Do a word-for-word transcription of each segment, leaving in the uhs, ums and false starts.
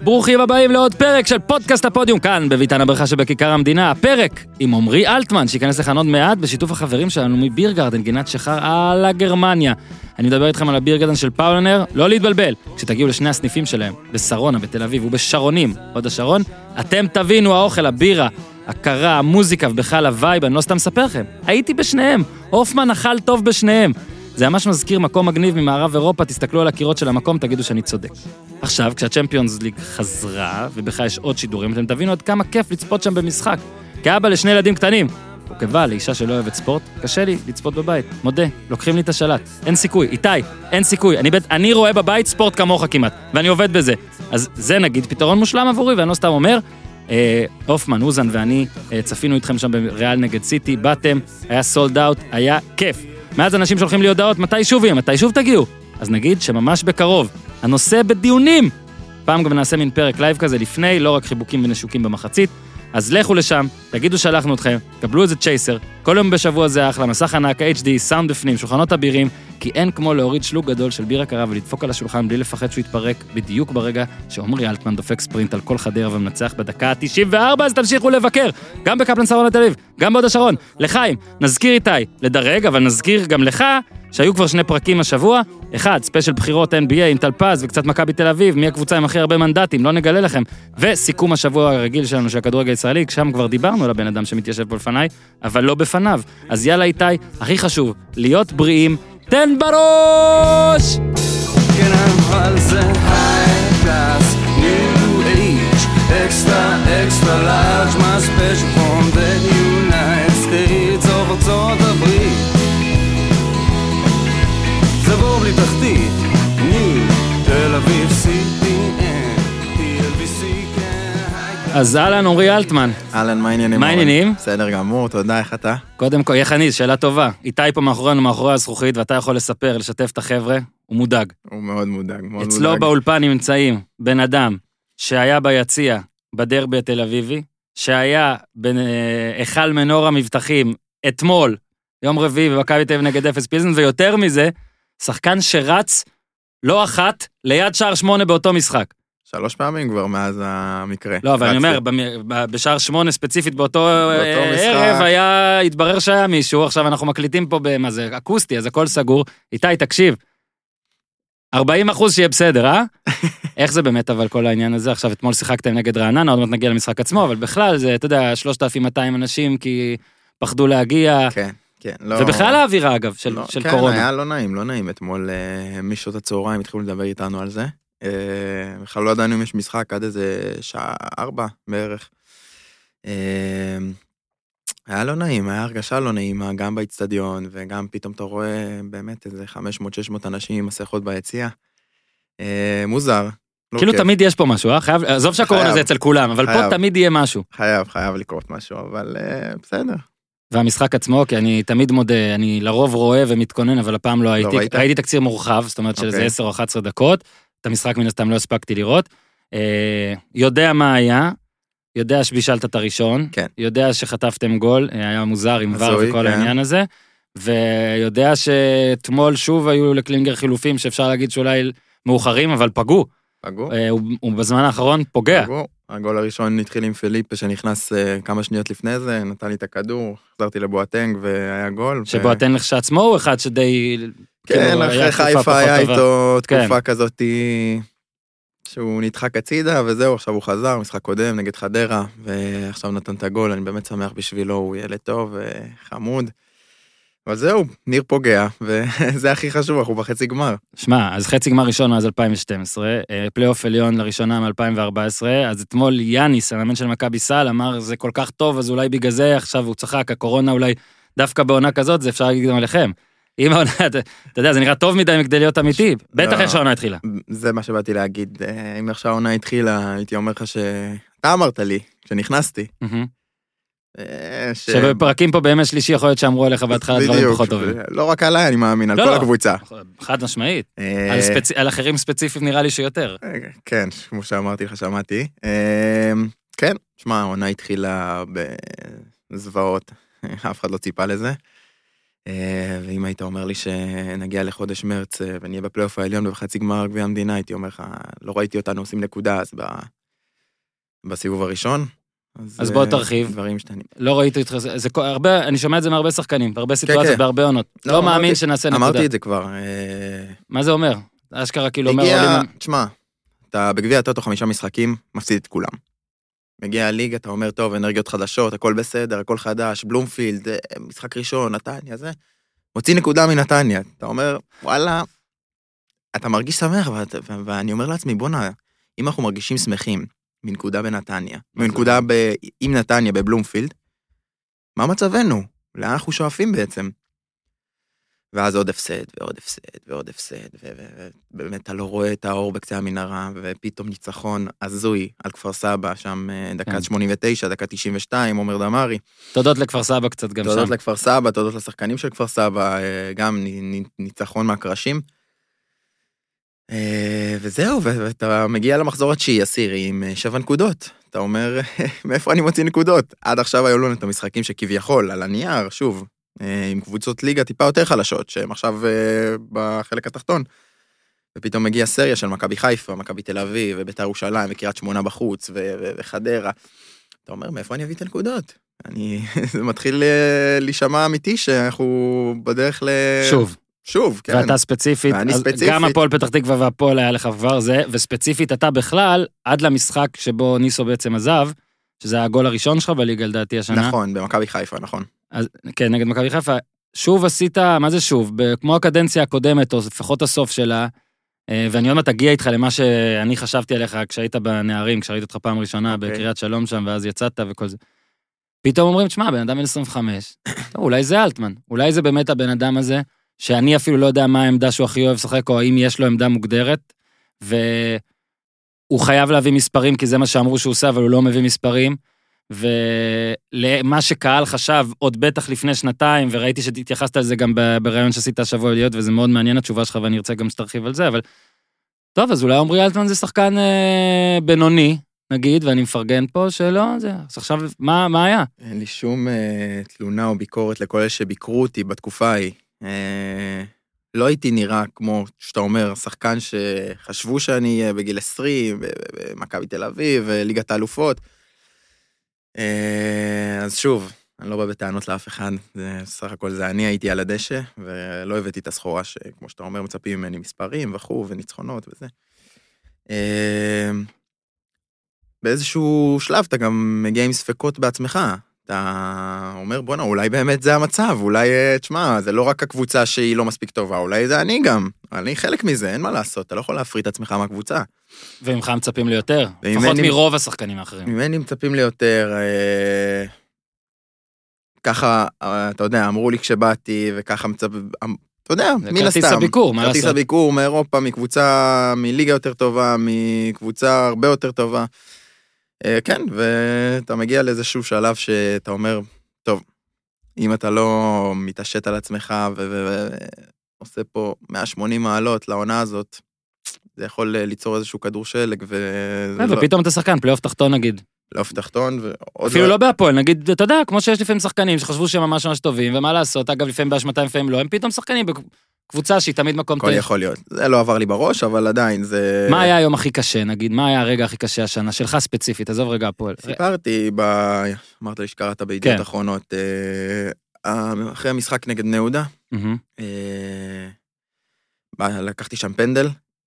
ברוכים הבאים לעוד פרק של פודקאסט הפודיום, כאן בביתן הברכה שבכיכר המדינה. הפרק עם עומרי אלטמן, שיכנס לכאן עוד מעט בשיתוף החברים שלנו מבירגרדן, גינת שחר על הגרמניה. אני מדבר איתכם על הבירגרדן של פאולנר, לא להתבלבל. כשתגיעו לשני הסניפים שלהם, בשרונה, בתל אביב ובשרונים, עוד השרון, אתם תבינו האוכל, הבירה, הקרה, המוזיקה ובכלל הווייב, אני לא סתם מספר לכם. הייתי בשניהם, הופמן אכל טוב בשניהם. זה ממש מזכיר מקום מגניב ממערב אירופה, תסתכלו על הקירות של המקום, תגידו שאני צודק. עכשיו, כשהצ'מפיונס ליג חזרה, ובכלל יש עוד שידורים, אתם תבינו עד כמה כיף לצפות שם במשחק. כאבא לשני ילדים קטנים, וכבא לאישה שלא אוהבת ספורט, קשה לי לצפות בבית. מודה, לוקחים לי את השלט. אין סיכוי, איתי, אין סיכוי. אני, אני רואה בבית ספורט כמוך כמעט, ואני עובד בזה. אז זה נגיד פתרון מושלם עבורי, ואני לא סתם אומר, אה, אופמן, אוזן ואני אה, צפינו איתכם שם בריאל נגד סיטי, באתם, היה סולד אאוט, היה כיף. מאז אנשים שולחים לי הודעות, מתי שוב יהיה, מתי שוב תגיעו? אז נגיד שממש בקרוב, הנושא בדיונים. פעם גם נעשה מין פרק לייב כזה לפני, לא רק חיבוקים ונשוקים במחצית. אז לכו לשם, תגידו שלחנו אתכם, קבלו איזה צ'ייסר, כל יום בשבוע זה אחלה, מסך ענק, אייץ' די, סאונד בפנים, שולחנות אבירים, כי אין כמו להוריד שלוק גדול של בירה קרה ולדפוק על השולחן בלי לפחד שהוא יתפרק, בדיוק ברגע שעומרי אלטמן דופק ספרינט על כל חדרה ומנצח בדקה ה-תשעים וארבע, אז תמשיכו לבקר, גם בקפלן שרונה תל אביב, גם בהוד השרון, לחיים, נזכיר איתי, לדרג, אבל נזכיר גם לך, שהיו כבר שני פרקים השבוע, אחד, ספיישל בחירות אן בי איי עם טלפז וקצת מכבי תל אביב, מי הקבוצה עם הכי הרבה מנדטים, לא נגלה לכם, וסיכום השבוע הרגיל שלנו של הכדורגל הישראלי, שם כבר דיברנו על הבן אדם שמתיישב פה לפניי, אבל לא בפניו. אז יאללה איתי, הכי חשוב, להיות בריאים, תן בראש! כן, אבל זה high class, new age, extra, extra large, my special from the United States of ארצות הברית. זה בור בלי תחתית, ניו, תל אביב, סי טי אן, טי אל בי סי, כן, high class. אז אהלן, עומרי אלטמן. אהלן, מה העניינים? מה העניינים? בסדר גמור, תודה, איך אתה? קודם כל, יחניז, שאלה טובה. איתי פה מאחורינו, מאחורי הזכוכית, ואתה יכול לספר, לשתף את החבר'ה, הוא מודאג. הוא מאוד מודאג, מאוד מודאג. אצלו באולפן נמצאים בן אדם שהיה ביציע בדרבי התל אביבי, שהיה בהיכל מנור המבטחים אתמול, יום רביעי במכבי תל אביב נגד אפס פילזן, ויותר מזה, שחקן שרץ לא אחת ליד שער שמונה באותו משחק. שלוש פעמים כבר מאז המקרה. לא, אבל אני אומר, בשער שמונה ספציפית באותו ערב היה, התברר שהיה מישהו, עכשיו אנחנו מקליטים פה במה זה, אקוסטי, אז הכל סגור. איתי, תקשיב, ארבעים אחוז שיהיה בסדר, אה? איך זה באמת אבל כל העניין הזה? עכשיו אתמול שיחקתם נגד רעננה, עוד מעט נגיע למשחק עצמו, אבל בכלל זה, אתה יודע, שלושת אלפים מאתיים אנשים כי פחדו להגיע. כן, כן. ובכלל האווירה אגב, של קורונה. כן, היה לא נעים, לא נעים. אתמול משעות הצהריים התחילו לדבר איתנו על זה. בכלל לא ידענו אם יש משחק עד איזה שעה ארבע בערך. היה לא נעים, היה הרגשה לא נעימה, גם באצטדיון, וגם פתאום אתה רואה באמת איזה חמש מאות שש מאות אנשים עם מסכות ביציע. מוזר. כאילו תמיד יש פה משהו, אה? חייב, עזוב שהקורונה זה אצל כולם, אבל פה תמיד יהיה משהו. חייב, חייב לקרות משהו, אבל בסדר. והמשחק עצמו, כי אני תמיד מודה, אני לרוב רואה ומתכונן, אבל הפעם לא הייתי, ראיתי תקציר מורחב, זאת אומרת שזה עשר או אחת עשרה דקות, את המשחק מן הסתם לא הספקתי לראות, יודע מה היה, יודע שבישלת את הראשון, יודע שחטפתם גול, היה מוזר עם ור וכל העניין הזה, ויודע שתמול שוב היו לקלינגר חילופים, שאפשר להגיד שאולי מאוחרים, אבל פגעו. פגעו. הוא בזמן האחרון פוגע. פגעו. הגול הראשון התחיל עם פיליפה שנכנס כמה שניות לפני זה, נתן לי את הכדור, חזרתי לבואטנג והיה גול. שבואטנג לכשעצמו הוא אחד שדי... כן, אחרי חיפה היה איתו תקופה כזאת שהוא נדחק הצידה, וזהו, עכשיו הוא חזר, משחק קודם נגד חדרה, ועכשיו נתן את הגול, אני באמת שמח בשבילו, הוא ילד טוב וחמוד. אבל זהו, ניר פוגע, וזה הכי חשוב, אנחנו בחצי גמר. שמע, אז חצי גמר ראשון מאז אלפיים ושתים עשרה, פלייאוף עליון לראשונה מ-אלפיים וארבע עשרה, אז אתמול יאניס, המאמן של מכבי סל, אמר, זה כל כך טוב, אז אולי בגלל זה, עכשיו הוא צחק, הקורונה אולי דווקא בעונה כזאת, זה אפשר להגיד גם עליכם. אם העונה, אתה יודע, זה נראה טוב מדי מכדי להיות אמיתי, בטח איך שהעונה התחילה. זה מה שבאתי להגיד, אם איך שהעונה התחילה, הייתי אומר לך שאתה אמרת לי, כשנכנסתי, שבפרקים פה בימי שלישי יכול להיות שאמרו עליך בהתחלה דברים פחות טובים. לא רק עליי, אני מאמין, על כל הקבוצה. חד משמעית. על אחרים ספציפיים נראה לי שיותר. כן, כמו שאמרתי לך, שמעתי. כן, שמע, העונה התחילה בזוועות, אף אחד לא ציפה לזה. ואם היית אומר לי שנגיע לחודש מרץ ונהיה בפלייאוף העליון ובחצי גמר גביע המדינה, הייתי אומר לך, לא ראיתי אותנו עושים נקודה אז בסיבוב הראשון. אז בוא תרחיב. דברים שתנים. לא ראיתי אותך, זה הרבה, אני שומע את זה מהרבה שחקנים, בהרבה סיטואציות, בהרבה עונות. לא מאמין שנעשה נקודה. אמרתי את זה כבר. מה זה אומר? אשכרה כאילו אומר... הגיע, תשמע, אתה בגביע הטוטו חמישה משחקים, מפסיד את כולם. מגיע הליגה, אתה אומר, טוב, אנרגיות חדשות, הכל בסדר, הכל חדש, בלומפילד, משחק ראשון, נתניה, זה. מוציא נקודה מנתניה. אתה אומר, וואלה, אתה מרגיש שמח, ואני אומר לעצמי, בוא נע, אם אנחנו מרגישים שמחים, מנקודה בנתניה, מנקודה ב... עם נתניה בבלומפילד, מה מצבנו? לאן אנחנו שואפים בעצם? ואז עוד הפסד, ועוד הפסד, ועוד הפסד, ובאמת אתה לא רואה את האור בקצה המנהרה, ופתאום ניצחון הזוי על כפר סבא, שם דקה שמונים ותשע, דקה תשעים ושתיים, עומר דמרי. תודות לכפר סבא קצת גם שם. תודות לכפר סבא, תודות לשחקנים של כפר סבא, גם ניצחון מהקרשים. וזהו, ואתה מגיע למחזור התשיעי, עשירי, עם שבע נקודות. אתה אומר, מאיפה אני מוציא נקודות? עד עכשיו היו לנו את המשחקים שכביכול, על הנייר, שוב, עם קבוצות ליגה טיפה יותר חלשות, שהם עכשיו בחלק התחתון. ופתאום מגיע סריה של מכבי חיפה, מכבי תל אביב, ובית"ר ירושלים, וקריית שמונה בחוץ, וחדרה. אתה אומר, מאיפה אני אביא את הנקודות? אני, זה מתחיל להישמע אמיתי, שאנחנו בדרך ל... שוב. שוב, כן. ואתה ספציפית, ספציפית. גם הפועל פתח תקווה והפועל היה לך כבר זה, וספציפית אתה בכלל, עד למשחק שבו ניסו בעצם עזב, שזה הגול הראשון שלך בליגה לדעתי השנה. נכון, במכבי חיפה, נכון. אז, כן, נגד מכבי חיפה, שוב עשית, מה זה שוב? כמו הקדנציה הקודמת, או לפחות הסוף שלה, ואני עוד מעט אגיע איתך למה שאני חשבתי עליך כשהיית בנערים, כשראיתי אותך פעם ראשונה okay. בקריית שלום שם, ואז יצאת וכל זה. פתאום אומרים, תשמע, בן אדם בן עשרים וחמש, טוב, אולי זה אלטמן, אולי זה באמת הבן אדם הזה, שאני אפילו לא יודע מה העמדה שהוא הכי אוהב לשחק, או האם יש לו עמדה מוגדרת, והוא חייב להביא מספרים, כי זה מה שאמרו שהוא עושה, אבל הוא לא מביא מספרים, ולמה שקהל חשב, עוד בטח לפני שנתיים, וראיתי שהתייחסת על זה גם ברעיון שעשית השבוע להיות, וזה מאוד מעניין התשובה שלך, ואני ארצה גם שתרחיב על זה, אבל טוב, אז אולי עומרי אלטמן זה שחקן אה, בינוני, נגיד, ואני מפרגן פה שלא, זה, אז עכשיו, מה, מה היה? אין לי שום אה, תלונה או ביקורת לכל אלה שביקרו אותי בתקופה ההיא. אה, לא הייתי נראה כמו שאתה אומר, שחקן שחשבו שאני אהיה בגיל עשרים, במכבי תל אביב, ליגת האלופות. אה, אז שוב, אני לא בא בטענות לאף אחד, זה, סך הכל זה אני הייתי על הדשא, ולא הבאתי את הסחורה שכמו שאתה אומר, מצפים ממני מספרים וכו' וניצחונות וזה. אה, באיזשהו שלב אתה גם מגיע עם ספקות בעצמך, אתה אומר בונה, אולי באמת זה המצב, אולי, תשמע, זה לא רק הקבוצה שהיא לא מספיק טובה, אולי זה אני גם, אני חלק מזה, אין מה לעשות, אתה לא יכול להפריד את עצמך מהקבוצה. וממך מצפים לי יותר, לפחות מרוב השחקנים האחרים. ממני מצפים לי יותר, אה, ככה, אתה יודע, אמרו לי כשבאתי, וככה מצפים, אתה יודע, מן הסתם. כרטיס הביקור, מה לעשות? כרטיס הביקור מאירופה, מקבוצה, מליגה יותר טובה, מקבוצה הרבה יותר טובה. כן, ואתה מגיע לאיזשהו שלב שאתה אומר, טוב, אם אתה לא מתעשת על עצמך ועושה פה מאה ושמונים מעלות לעונה הזאת, זה יכול ליצור איזשהו כדור שלג. ופתאום אתה שחקן, פלייאוף תחתון נגיד. פלייאוף תחתון. אפילו לא בהפועל, נגיד, אתה יודע, כמו שיש לפעמים שחקנים שחשבו שהם ממש ממש טובים, ומה לעשות, אגב, לפעמים באשמתם, לפעמים לא, הם פתאום שחקנים קבוצה שהיא תמיד מקום טוב. הכל יכול להיות. זה לא עבר לי בראש, אבל עדיין זה... מה היה היום הכי קשה, נגיד? מה היה הרגע הכי קשה השנה? שלך ספציפית, עזוב רגע הפועל. סיפרתי, אמרת לי שקראת בידיעות האחרונות, אחרי המשחק נגד בני יהודה, לקחתי שם פנדל,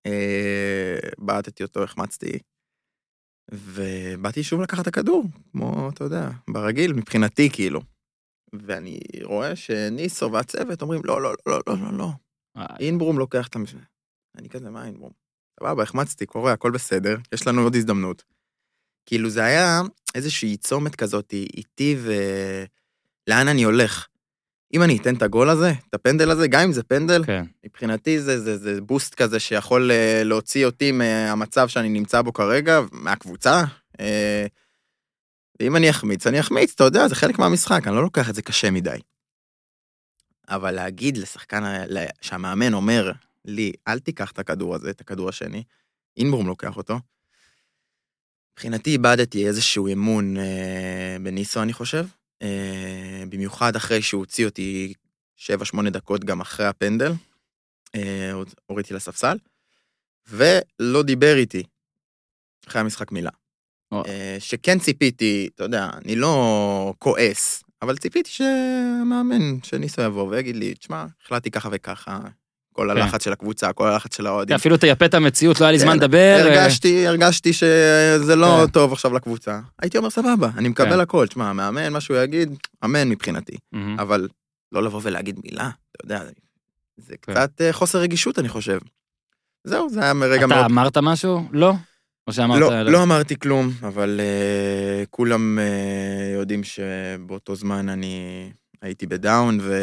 בעטתי אותו, החמצתי, ובאתי שוב לקחת את הכדור, כמו, אתה יודע, ברגיל, מבחינתי כאילו. ואני רואה שניסו והצוות אומרים, לא, לא, לא, לא, לא, לא. אינברום לוקח את המשנה. אני כזה, מה אינברום? סבבה, החמצתי, קורה, הכל בסדר, יש לנו עוד הזדמנות. כאילו זה היה איזושהי צומת כזאת, איתי ולאן אני הולך. אם אני אתן את הגול הזה, את הפנדל הזה, גם אם זה פנדל, כן. מבחינתי זה, זה, זה בוסט כזה שיכול להוציא אותי מהמצב שאני נמצא בו כרגע, מהקבוצה. ואם אני אחמיץ, אני אחמיץ, אתה יודע, זה חלק מהמשחק, אני לא לוקח את זה קשה מדי. אבל להגיד לשחקן, שהמאמן אומר לי, אל תיקח את הכדור הזה, את הכדור השני, אינברום לוקח אותו. מבחינתי איבדתי איזשהו אמון אה, בניסו, אני חושב. אה, במיוחד אחרי שהוא הוציא אותי שבע שמונה דקות גם אחרי הפנדל, אה, הוריתי לספסל, ולא דיבר איתי אחרי המשחק מילה. שכן ציפיתי, אתה יודע, אני לא כועס, אבל ציפיתי שמאמן שניסו יבוא ויגיד לי, תשמע, החלטתי ככה וככה, כל הלחץ של הקבוצה, כל הלחץ של האוהדים. אפילו תייפה את המציאות, לא היה לי זמן לדבר. הרגשתי, הרגשתי שזה לא טוב עכשיו לקבוצה. הייתי אומר, סבבה, אני מקבל הכל, תשמע, מאמן, משהו יגיד, אמן מבחינתי. אבל לא לבוא ולהגיד מילה, אתה יודע, זה קצת חוסר רגישות, אני חושב. זהו, זה היה מרגע מאוד... אתה אמרת משהו? לא? או שאמרת... לא, לא אמרתי כלום, אבל כולם יודעים שבאותו זמן אני הייתי בדאון, ו...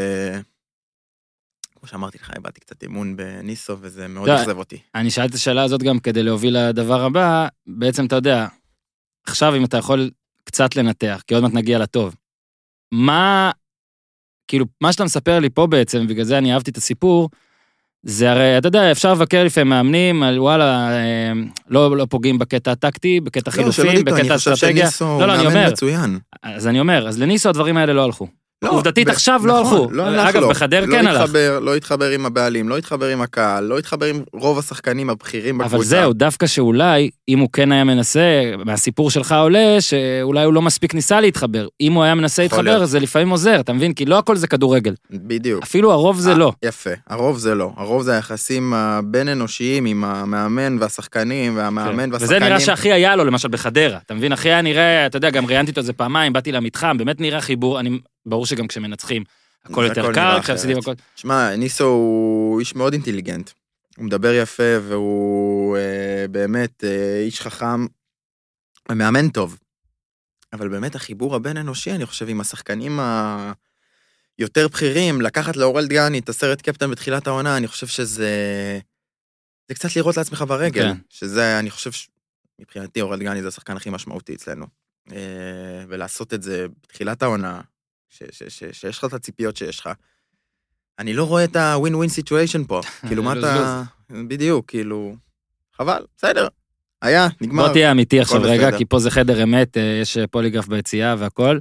כמו שאמרתי לך, הבאתי קצת אימון בניסו, וזה מאוד אכזב אותי. אני שאלתי את השאלה הזאת גם כדי להוביל לדבר הבא, בעצם אתה יודע, עכשיו אם אתה יכול קצת לנתח, כי עוד מעט נגיע לטוב, מה, כאילו, מה שאתה מספר לי פה בעצם, בגלל זה אני אהבתי את הסיפור, זה הרי, אתה יודע, אפשר לבקר לפעמים מאמנים, על וואלה, לא, לא פוגעים בקטע הטקטי, בקטע חילופים, בקטע אסטרטגיה. לא, לא, אני אומר, אז אני אומר, אז לניסו הדברים האלה לא הלכו. עובדתית עכשיו לא הלכו. אגב, בחדר כן הלך. לא התחבר עם הבעלים, לא התחבר עם הקהל, לא התחבר עם רוב השחקנים הבכירים בקבוצה. אבל זהו, דווקא שאולי, אם הוא כן היה מנסה, מהסיפור שלך עולה, שאולי הוא לא מספיק ניסה להתחבר. אם הוא היה מנסה להתחבר, זה לפעמים עוזר, אתה מבין? כי לא הכל זה כדורגל. בדיוק. אפילו הרוב זה לא. יפה, הרוב זה לא. הרוב זה היחסים הבין אנושיים עם המאמן והשחקנים, והמאמן והשחקנים. וזה נראה שהכי היה לו, למשל בחדרה. אתה מבין? הכי היה נראה, אתה יודע, גם ראיינתי אותו איזה פעמיים, באתי למתחם, באמת נראה חיבור, אני ברור שגם כשמנצחים, הכל יותר קר, כשהפסידים הכל... שמע, ניסו הוא איש מאוד אינטליגנט. הוא מדבר יפה, והוא אה, באמת אה, איש חכם, ומאמן טוב. אבל באמת החיבור הבין אנושי, אני חושב, עם השחקנים היותר בכירים, לקחת לאורל דגני את הסרט קפטן בתחילת העונה, אני חושב שזה... זה קצת לראות לעצמך ברגל. כן. שזה, אני חושב, מבחינתי אורל דגני זה השחקן הכי משמעותי אצלנו. אה, ולעשות את זה בתחילת העונה, שיש לך את הציפיות שיש לך. אני לא רואה את ה-win-win situation פה. כאילו, מה אתה... בדיוק, כאילו... חבל, בסדר. היה, נגמר. בוא תהיה אמיתי עכשיו רגע, כי פה זה חדר אמת, יש פוליגרף ביציאה והכל.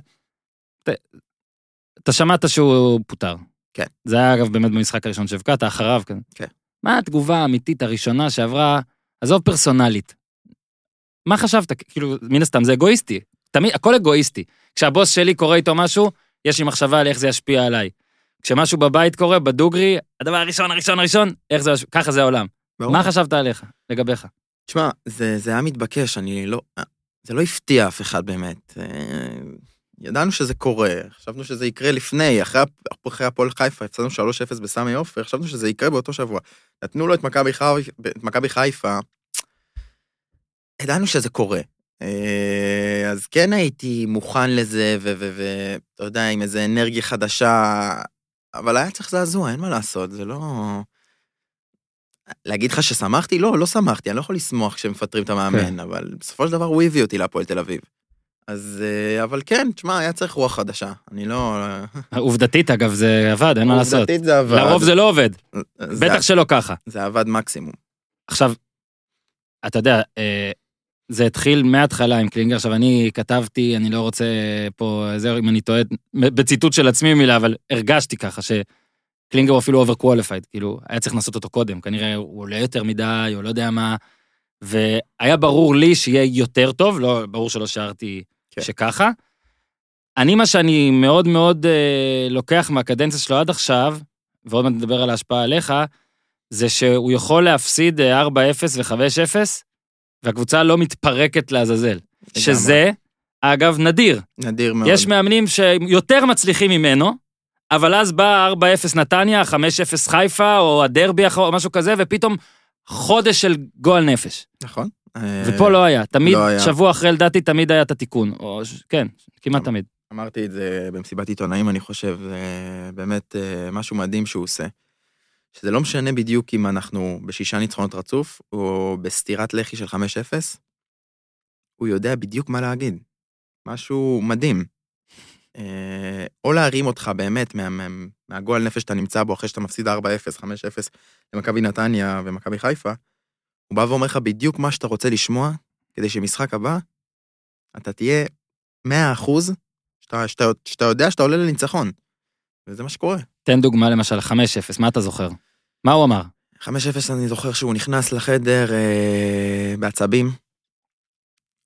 אתה שמעת שהוא פוטר. כן. זה היה אגב באמת במשחק הראשון שבקעת, אחריו. כן. מה התגובה האמיתית הראשונה שעברה, עזוב פרסונלית? מה חשבת? כאילו, מן הסתם, זה אגואיסטי. תמיד, הכל אגואיסטי. כשהבוס שלי קורא איתו משהו, יש לי מחשבה על איך זה ישפיע עליי. כשמשהו בבית קורה, בדוגרי, הדבר הראשון, הראשון, הראשון, איך זה, ככה זה העולם. ברור. מה חשבת עליך, לגביך? תשמע, זה, זה היה מתבקש, אני לא, זה לא הפתיע אף אחד באמת. ידענו שזה קורה, חשבנו שזה יקרה לפני, אחרי, אחרי הפועל חיפה, הפסדנו שלוש אפס בסמי עופר, חשבנו שזה יקרה באותו שבוע. נתנו לו את מכבי חיפה, מכבי חיפה, ידענו שזה קורה. אז כן הייתי מוכן לזה, ואתה יודע, עם איזו אנרגיה חדשה, אבל היה צריך זעזוע, אין מה לעשות, זה לא... להגיד לך ששמחתי? לא, לא שמחתי, אני לא יכול לשמוח כשמפטרים את המאמן, אבל בסופו של דבר הוא הביא אותי להפועל תל אביב. אז, אבל כן, תשמע, היה צריך רוח חדשה, אני לא... עובדתית, אגב, זה עבד, אין מה לעשות. עובדתית זה עבד. לרוב זה לא עובד, בטח שלא ככה. זה עבד מקסימום. עכשיו, אתה יודע, זה התחיל מההתחלה עם קלינגר, עכשיו אני כתבתי, אני לא רוצה פה, זה אם אני טועה, בציטוט של עצמי מילה, אבל הרגשתי ככה שקלינגר הוא אפילו overqualified, כאילו, היה צריך לנסות אותו קודם, כנראה הוא עולה יותר מדי, או לא יודע מה, והיה ברור לי שיהיה יותר טוב, לא, ברור שלא שערתי כן. שככה. אני מה שאני מאוד מאוד אה, לוקח מהקדנציה שלו עד עכשיו, ועוד מעט נדבר על ההשפעה עליך, זה שהוא יכול להפסיד ארבע אפס ו-חמש אפס, והקבוצה לא מתפרקת לעזאזל. שזה, אגב, נדיר. נדיר מאוד. יש מאמנים שיותר מצליחים ממנו, אבל אז בא ארבע אפס נתניה, חמש אפס חיפה, או הדרבי, או משהו כזה, ופתאום חודש של גועל נפש. נכון. ופה לא היה. תמיד, שבוע אחרי לדעתי, תמיד היה את התיקון. כן, כמעט תמיד. אמרתי את זה במסיבת עיתונאים, אני חושב, באמת משהו מדהים שהוא עושה. שזה לא משנה בדיוק אם אנחנו בשישה ניצחונות רצוף, או בסתירת לחי של חמש אפס, הוא יודע בדיוק מה להגיד. משהו מדהים. או להרים אותך באמת מהגועל נפש שאתה נמצא בו, אחרי שאתה מפסיד ארבע אפס, חמש אפס, למכבי נתניה ומכבי חיפה, הוא בא ואומר לך בדיוק מה שאתה רוצה לשמוע, כדי שמשחק הבא, אתה תהיה מאה אחוז, שאתה, שאתה, שאתה יודע שאתה עולה לניצחון. וזה מה שקורה. תן דוגמה למשל, חמש אפס, מה אתה זוכר? מה הוא אמר? חמש אפס אני זוכר שהוא נכנס לחדר אה, בעצבים,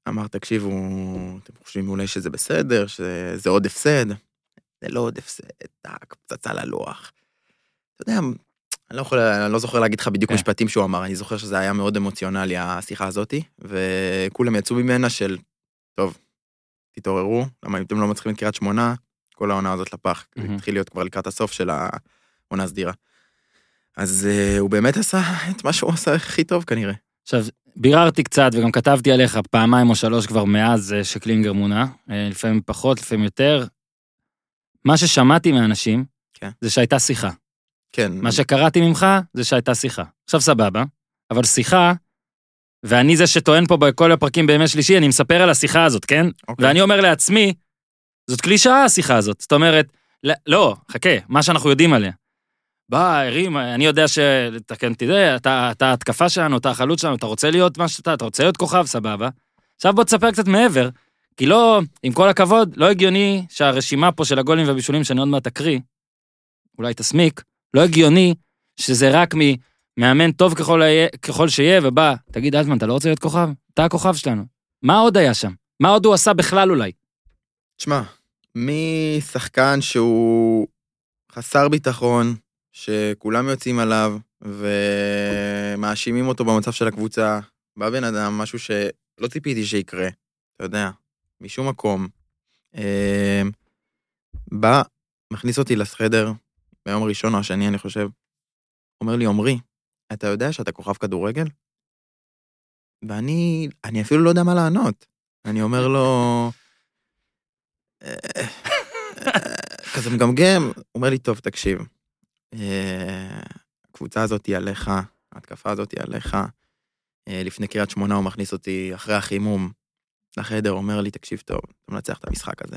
אמר, תקשיבו, אתם חושבים אולי שזה בסדר, שזה עוד הפסד. זה לא עוד הפסד, טק, פצצה ללוח. אתה יודע, אני לא, יכול, אני לא זוכר להגיד לך בדיוק yeah. משפטים שהוא אמר, אני זוכר שזה היה מאוד אמוציונלי, השיחה הזאת, וכולם יצאו ממנה של, טוב, תתעוררו, למה אם אתם לא מצליחים את קריית שמונה, כל העונה הזאת לפח, mm-hmm. התחיל להיות כבר לקראת הסוף של העונה הסדירה. אז uh, הוא באמת עשה את מה שהוא עשה הכי טוב כנראה. עכשיו, ביררתי קצת וגם כתבתי עליך פעמיים או שלוש כבר מאז שקלינגר מונה, לפעמים פחות, לפעמים יותר. מה ששמעתי מאנשים, כן. זה שהייתה שיחה. כן. מה שקראתי ממך, זה שהייתה שיחה. עכשיו סבבה, אבל שיחה, ואני זה שטוען פה בכל הפרקים בימי שלישי, אני מספר על השיחה הזאת, כן? אוקיי. ואני אומר לעצמי, זאת קלישאה השיחה הזאת. זאת אומרת, לא, חכה, מה שאנחנו יודעים עליה. בא, הרים, אני יודע שתקן, תדע, אתה, אתה התקפה שלנו, אתה החלוץ שלנו, אתה רוצה להיות מה שאתה, אתה רוצה להיות כוכב, סבבה. עכשיו בוא תספר קצת מעבר, כי לא, עם כל הכבוד, לא הגיוני שהרשימה פה של הגולים והבישולים שאני עוד מעט אקריא, אולי תסמיק, לא הגיוני שזה רק ממאמן טוב ככל, ככל שיהיה, ובא, תגיד, אלטמן, אתה לא רוצה להיות כוכב? אתה הכוכב שלנו. מה עוד היה שם? מה עוד הוא עשה בכלל אולי? תשמע, מי שחקן שהוא חסר ביטחון, שכולם יוצאים עליו, ומאשימים אותו במצב של הקבוצה, בא בן אדם, משהו שלא ציפיתי שיקרה, אתה יודע, משום מקום, בא, מכניס אותי לחדר, ביום הראשון או השני, אני חושב, אומר לי, עומרי, אתה יודע שאתה כוכב כדורגל? ואני, אני אפילו לא יודע מה לענות. אני אומר לו, כזה מגמגם, הוא אומר לי, טוב, תקשיב, הקבוצה הזאת היא עליך, ההתקפה הזאת היא עליך, לפני קריית שמונה הוא מכניס אותי אחרי החימום לחדר, אומר לי, תקשיב טוב, אתה מנצח את המשחק הזה.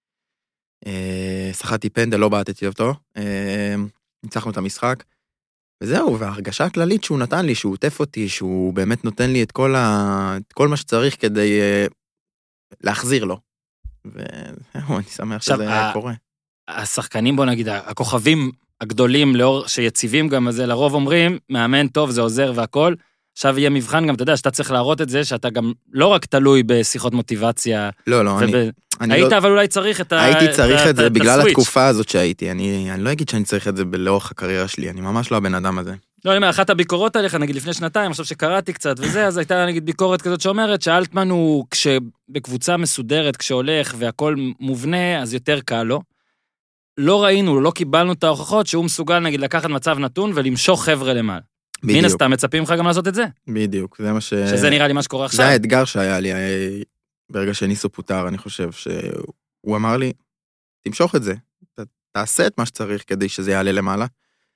שחטתי פנדל, לא בעטתי אותו, ניצחנו את המשחק, וזהו, וההרגשה הכללית שהוא נתן לי, שהוא עוטף אותי, שהוא באמת נותן לי את כל, ה... את כל מה שצריך כדי להחזיר לו. וזהו, אני שמח שזה ה... קורה. השחקנים, בוא נגיד, הכוכבים הגדולים לאור שיציבים גם הזה, לרוב אומרים, מאמן טוב, זה עוזר והכל, עכשיו יהיה מבחן גם, אתה יודע, שאתה צריך להראות את זה, שאתה גם לא רק תלוי בשיחות מוטיבציה. לא, לא, אני... היית אבל אולי צריך את ה... הייתי צריך את זה בגלל התקופה הזאת שהייתי, אני לא אגיד שאני צריך את זה לאורך הקריירה שלי, אני ממש לא הבן אדם הזה. לא, אני אומר, אחת הביקורות עליך, נגיד לפני שנתיים, עכשיו שקראתי קצת וזה, אז הייתה נגיד ביקורת כזאת שאומרת שאלטמן הוא, כשבקבוצה מסודרת, כשהולך והכל מובנה, אז יותר קל לו. לא ראינו, לא קיבלנו את ההוכחות שהוא מסוגל נגיד לקחת מצב נתון ולמשוך חבר'ה למעלה. מן הסתם מצפים לך גם לעשות את זה. בדיוק, זה מה ש... שזה נראה לי מה שקורה עכשיו. זה האתגר שהיה לי, ברגע שניסו פוטר, אני חושב שהוא אמר לי, תמשוך את זה, תעשה את מה שצריך כדי שזה יעלה למעלה.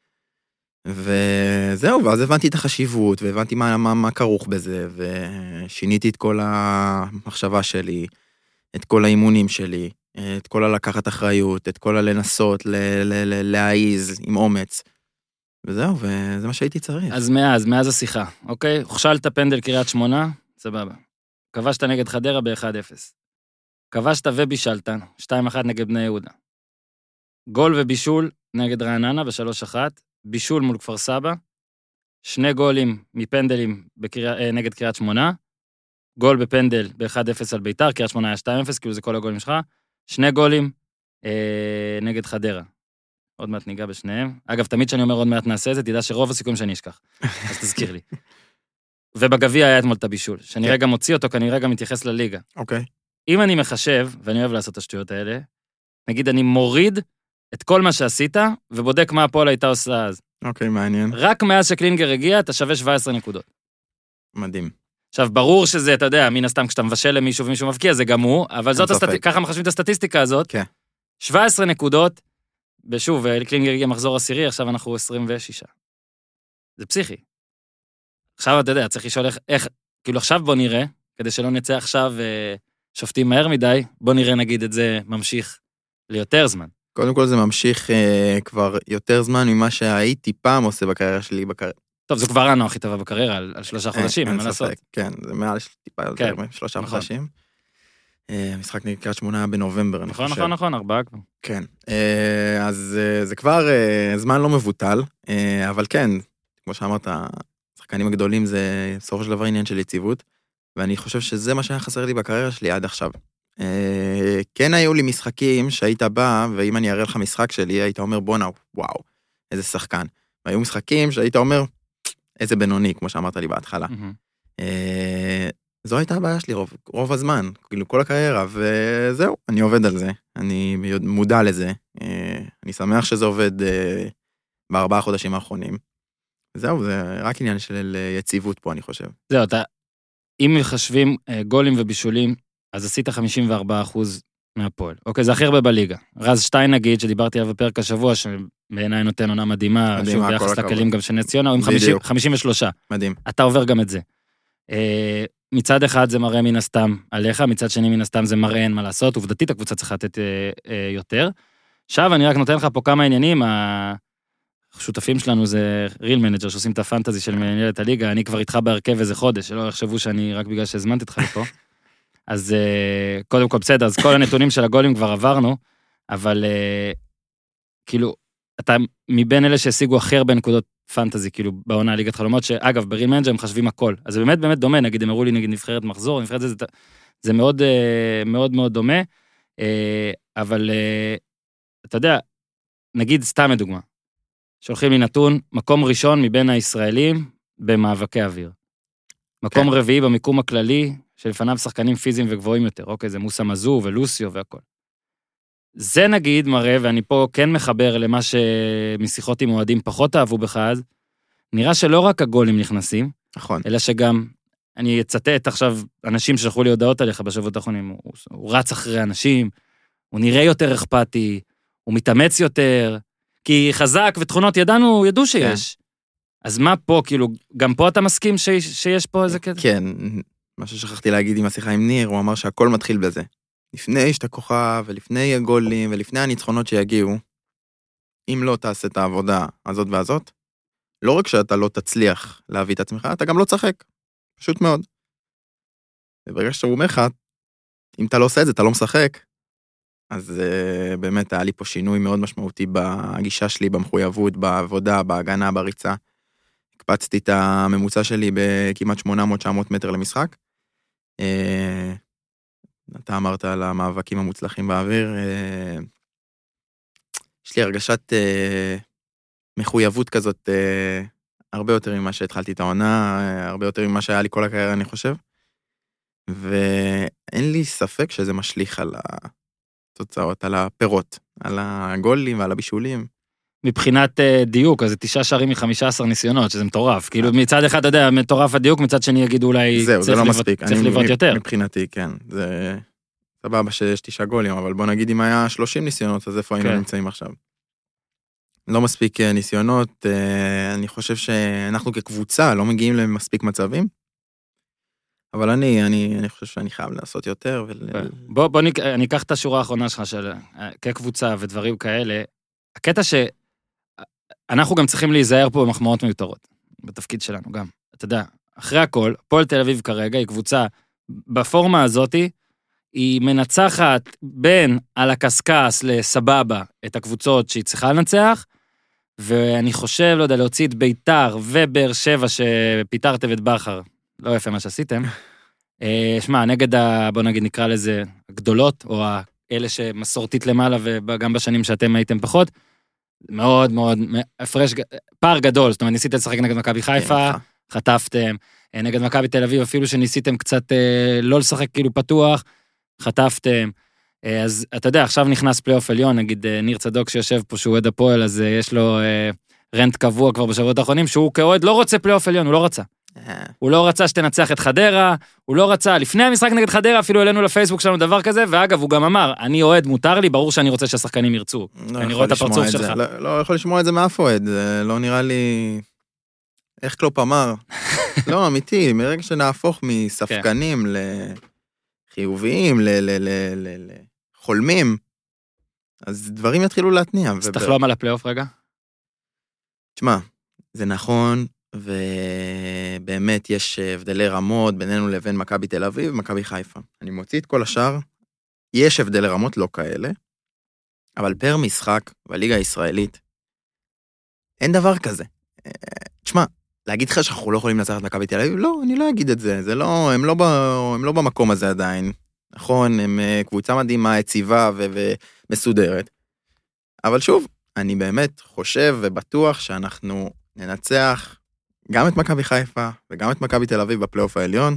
וזהו, ואז הבנתי את החשיבות, והבנתי מה, מה, מה כרוך בזה, ושיניתי את כל המחשבה שלי, את כל האימונים שלי, את כל הלקחת אחריות, את כל הלנסות, להעיז עם אומץ. וזהו, וזה מה שהייתי צריך. אז מאז, מאז השיחה, אוקיי? הוכשלת פנדל קריית שמונה, סבבה. כבשת נגד חדרה ב-אחד אפס. כבשת ובישלת, שתיים אחת נגד בני יהודה. גול ובישול נגד רעננה ב-שלוש אחת, בישול מול כפר סבא, שני גולים מפנדלים בקריא, נגד קריית שמונה, גול בפנדל ב-אחד אפס על ביתר, קריית שמונה היה שתיים אפס, כאילו זה כל הגולים שלך, שני גולים אה, נגד חדרה. עוד מעט ניגע בשניהם. אגב, תמיד שאני אומר עוד מעט נעשה את זה, תדע שרוב הסיכויים שאני אשכח. אז תזכיר לי. ובגביע היה אתמול את הבישול, שאני רגע מוציא אותו, כי אני רגע מתייחס לליגה. אוקיי. אם אני מחשב, ואני אוהב לעשות את השטויות האלה, נגיד אני מוריד את כל מה שעשית, ובודק מה הפועל הייתה עושה אז. אוקיי, מעניין. רק מאז שקלינגר הגיע, אתה שווה שבע עשרה נקודות. מדהים. עכשיו, ברור שזה, אתה יודע, מן הסתם כשאתה מבשל למישהו ומישהו מבקיע, זה גם הוא, אבל זאת הסטט... ככה מחשבים את הסטטיסטיקה הזאת. כן. שבע עשרה נקודות, ושוב, קלינגר הגיע מחזור עשירי, עכשיו אנחנו עשרים ושש. זה פסיכי. עכשיו, אתה יודע, צריך לשאול איך, איך, כאילו עכשיו בוא נראה, כדי שלא נצא עכשיו שופטים מהר מדי, בוא נראה נגיד את זה ממשיך ליותר זמן. קודם כל זה ממשיך אה, כבר יותר זמן ממה שהייתי פעם עושה בקריירה שלי בקריירה. טוב, זו כבר ענו הכי טובה בקריירה, על, על שלושה חודשים, אין מה לעשות. כן, זה מעל טיפה יותר, כן, שלושה נכון. חודשים. אה, המשחק נגד קריית שמונה בנובמבר, אני נכון, חושב. נכון, נכון, ארבעה כבר. כן, אה, אז אה, זה כבר אה, זמן לא מבוטל, אה, אבל כן, כמו שאמרת, השחקנים הגדולים זה בסופו של דבר עניין של יציבות, ואני חושב שזה מה שהיה חסר לי בקריירה שלי עד עכשיו. כן היו לי משחקים שהיית בא, ואם אני אראה לך משחק שלי, היית אומר, בוא נאו, וואו, איזה שחקן. והיו משחקים שהיית אומר, איזה בינוני, כמו שאמרת לי בהתחלה. זו הייתה הבעיה שלי רוב, רוב הזמן, כאילו כל הקריירה, וזהו, אני עובד על זה, אני מודע לזה, אני שמח שזה עובד בארבעה חודשים האחרונים. זהו, זה רק עניין של יציבות פה, אני חושב. זהו, אתה, אם מחשבים גולים ובישולים, אז עשית חמישים וארבעה אחוז מהפועל. אוקיי, זה הכי הרבה בליגה. רז שטיין נגיד, שדיברתי עליו בפרק השבוע, שבעיניי נותן עונה מדהימה, שוב ביחס לכלים גם של נס ציונה, הוא עם חמישים ושלוש. מדהים. אתה עובר גם את זה. מצד אחד זה מראה מן הסתם עליך, מצד שני מן הסתם זה מראה אין מה לעשות, עובדתית הקבוצה צריכה לתת יותר. עכשיו אני רק נותן לך פה כמה עניינים, השותפים שלנו זה ריל מנג'ר, שעושים את הפנטזי של מנהלת הליגה, אני כבר איתך בהרכב איזה חודש, שלא יחשבו שאני רק בגלל שהזמנתי אותך לפה. אז קודם כל בסדר, אז כל הנתונים של הגולים כבר עברנו, אבל כאילו, אתה מבין אלה שהשיגו הכי הרבה נקודות פנטזי, כאילו בעונה ליגת חלומות, שאגב, בריל מנג'ר הם חשבים הכל, אז זה באמת באמת דומה, נגיד, הם הראו לי נגיד נבחרת מחזור, נבחרת זה, זה מאוד מאוד מאוד דומה, אבל אתה יודע, נגיד סתם לדוגמה, שולחים לי נתון, מקום ראשון מבין הישראלים במאבקי אוויר. מקום רביעי במיקום הכללי, שלפניו שחקנים פיזיים וגבוהים יותר, אוקיי, זה מוסה מזו ולוסיו והכל. זה נגיד מראה, ואני פה כן מחבר למה שמשיחות עם אוהדים פחות אהבו בך אז, נראה שלא רק הגולים נכנסים, נכון. אלא שגם, אני אצטט עכשיו, אנשים ששלחו לי הודעות עליך בשבועות האחרונים, הוא, הוא רץ אחרי אנשים, הוא נראה יותר אכפתי, הוא מתאמץ יותר, כי חזק ותכונות ידענו, ידעו שיש. כן. אז מה פה, כאילו, גם פה אתה מסכים ש, שיש פה איזה כזה? כן, מה ששכחתי להגיד עם השיחה עם ניר, הוא אמר שהכל מתחיל בזה. לפני שאתה כוכב, ולפני הגולים, ולפני הניצחונות שיגיעו, אם לא תעשה את העבודה הזאת והזאת, לא רק שאתה לא תצליח להביא את עצמך, אתה גם לא צחק. פשוט מאוד. וברגע שאתה אומר לך, אם אתה לא עושה את זה, אתה לא משחק, אז uh, באמת היה לי פה שינוי מאוד משמעותי בגישה שלי, במחויבות, בעבודה, בהגנה, בריצה. הקפצתי את הממוצע שלי בכמעט שמונה מאות תשע מאות מטר למשחק. Uh, אתה אמרת על המאבקים המוצלחים באוויר. Uh, יש לי הרגשת uh, מחויבות כזאת uh, הרבה יותר ממה שהתחלתי את העונה, uh, הרבה יותר ממה שהיה לי כל הקריירה, אני חושב. ואין לי ספק שזה משליך על התוצאות, על הפירות, על הגולים ועל הבישולים. מבחינת דיוק, אז זה תשעה שערים מחמישה עשר ניסיונות, שזה מטורף. כאילו מצד אחד, אתה יודע, מטורף הדיוק, מצד שני יגידו אולי זהו, זה לא מספיק. צריך לבעוט יותר. מבחינתי, כן. זה סבבה שיש תשעה גולים, אבל בוא נגיד אם היה שלושים ניסיונות, אז איפה היינו נמצאים עכשיו? לא מספיק ניסיונות, אני חושב שאנחנו כקבוצה לא מגיעים למספיק מצבים, אבל אני, אני, אני חושב שאני חייב לעשות יותר. בוא, בוא, אני אקח את השורה האחרונה שלך של כקבוצה ודברים כאלה. הקטע שאנחנו גם צריכים להיזהר פה במחמאות מיותרות, בתפקיד שלנו גם. אתה יודע, אחרי הכל, פועל תל אביב כרגע היא קבוצה, בפורמה הזאת, היא מנצחת בין על הקסקס לסבבה את הקבוצות שהיא צריכה לנצח, ואני חושב, לא יודע, להוציא את ביתר ובאר שבע שפיתרתם את בחר, לא יפה מה שעשיתם. שמע, נגד, ה, בוא נגיד נקרא לזה, גדולות, או אלה שמסורתית למעלה, וגם בשנים שאתם הייתם פחות, מאוד מאוד, הפרש, פער גדול, זאת אומרת, ניסיתם לשחק נגד מכבי חיפה, חטפתם, נגד מכבי תל אביב, אפילו שניסיתם קצת לא לשחק כאילו פתוח, חטפתם, אז אתה יודע, עכשיו נכנס פלייאוף עליון, נגיד ניר צדוק שיושב פה, שהוא עד הפועל, אז יש לו רנט קבוע כבר בשבועות האחרונים, שהוא כאוהד לא רוצה פלייאוף עליון, הוא לא רצה. הוא לא רצה שתנצח את חדרה, הוא לא רצה, לפני המשחק נגד חדרה, אפילו אלינו לפייסבוק שלנו דבר כזה, ואגב, הוא גם אמר, אני אוהד, מותר לי, ברור שאני רוצה שהשחקנים ירצו. אני רואה את הפרצוף שלך. לא יכול לשמוע את זה מאף אוהד, לא נראה לי... איך קלופ אמר? לא, אמיתי, מרגע שנהפוך מספקנים לחיוביים, לחולמים, אז דברים יתחילו להתניע. אז תחלום על הפלייאוף רגע? תשמע, זה נכון, ובאמת יש הבדלי רמות בינינו לבין מכבי תל אביב ומכבי חיפה. אני מוציא את כל השאר, יש הבדלי רמות לא כאלה, אבל פר משחק בליגה הישראלית, אין דבר כזה. תשמע, להגיד לך שאנחנו לא יכולים לנצח את מכבי תל אביב? לא, אני לא אגיד את זה, זה לא, הם לא, ב, הם לא במקום הזה עדיין, נכון, הם קבוצה מדהימה, יציבה ו- ומסודרת, אבל שוב, אני באמת חושב ובטוח שאנחנו ננצח גם את מכבי חיפה וגם את מכבי תל אביב בפלייאוף העליון,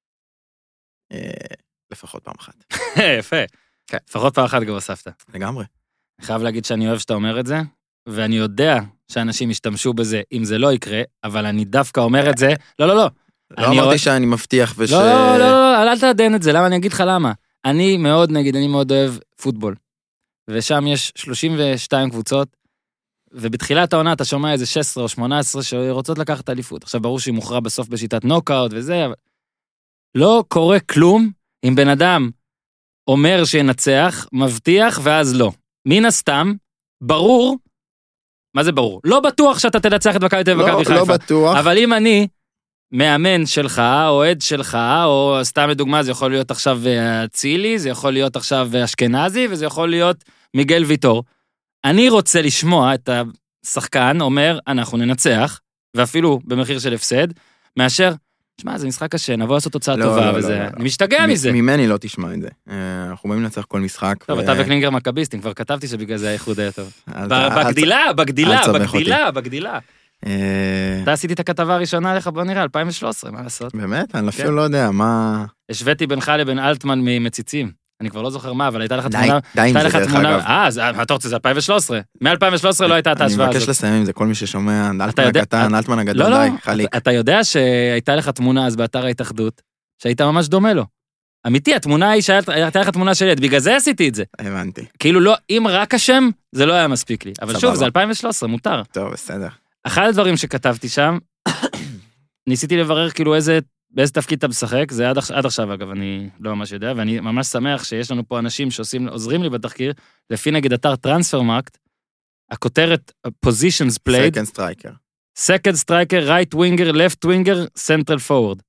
לפחות פעם אחת. יפה, לפחות פעם אחת גם הוספת. לגמרי. אני חייב להגיד שאני אוהב שאתה אומר את זה, ואני יודע שאנשים ישתמשו בזה אם זה לא יקרה, אבל אני דווקא אומר את זה, לא, לא, לא. לא אמרתי שאני מבטיח וש... לא, לא, לא, אל תעדן את זה, למה? אני אגיד לך למה. אני מאוד, נגיד, אני מאוד אוהב פוטבול, ושם יש שלושים ושתיים קבוצות, ובתחילת העונה אתה שומע איזה שש עשרה או שמונה עשרה שרוצות לקחת אליפות. עכשיו ברור שהיא מוכרעה בסוף בשיטת נוקאוט וזה, אבל לא קורה כלום אם בן אדם אומר שינצח, מבטיח ואז לא. מן הסתם, ברור, מה זה ברור? לא בטוח שאתה תנצח את מכבי תל אביב ומכבי חיפה. לא בטוח. אבל אם אני מאמן שלך, או עד שלך, או סתם לדוגמה, זה יכול להיות עכשיו צילי, זה יכול להיות עכשיו אשכנזי, וזה יכול להיות מיגל ויטור. אני רוצה לשמוע את השחקן אומר, אנחנו ננצח, ואפילו במחיר של הפסד, מאשר, תשמע, זה משחק קשה, נבוא לעשות תוצאה לא, טובה, לא, וזה, לא, לא. אני משתגע מ- מזה. ממני לא תשמע את זה. אנחנו באים לנצח כל משחק. טוב, ו... אתה וקלינגר מכביסטים, כבר כתבתי שבגלל זה האיחוד היה טוב. אז- בגדילה, בגדילה, אל תסבך בגדילה, בגדילה. אה, אתה עשיתי את הכתבה הראשונה עליך, בוא נראה, אלפיים ושלוש עשרה, מה לעשות? באמת? אני אפילו לא יודע, מה... השוויתי בינך לבין אלטמן ממציצים. אני כבר לא זוכר מה, אבל הייתה לך די, תמונה... די עם הייתה זה לך דרך תמונה... אגב. אה, אז מה אתה רוצה, זה אלפיים ושלוש עשרה. מ-אלפיים ושלוש עשרה לא הייתה את ההשוואה אני מבקש הזאת. לסיים עם זה, כל מי ששומע, אלטמן יודע- הקטן, אלטמן הגדול, לא, לא, די, חליק. אתה- אתה יודע שהייתה לך תמונה אז באתר ההתאחדות, שהיית ממש דומה לו. אמיתי, התמונה היא שהייתה לך תמונה של ילד, בגלל זה עשיתי את זה. הבנתי. כאילו לא, אם רק השם, זה לא היה מספיק לי. אבל שוב, סבבה. זה אלפיים ושלוש עשרה, מותר. טוב, בסדר. אחד הדברים שכתבתי שם, ניסיתי לברר כאילו איזה, באיזה תפקיד אתה משחק, זה עד, עכ- עד עכשיו אגב, אני לא ממש יודע, ואני ממש שמח שיש לנו פה אנשים שעושים, עוזרים לי בתחקיר, לפי נגיד אתר טרנספרמרקט, הכותרת positions played, סקנד סטרייקר. second striker, right winger, left winger, central forward.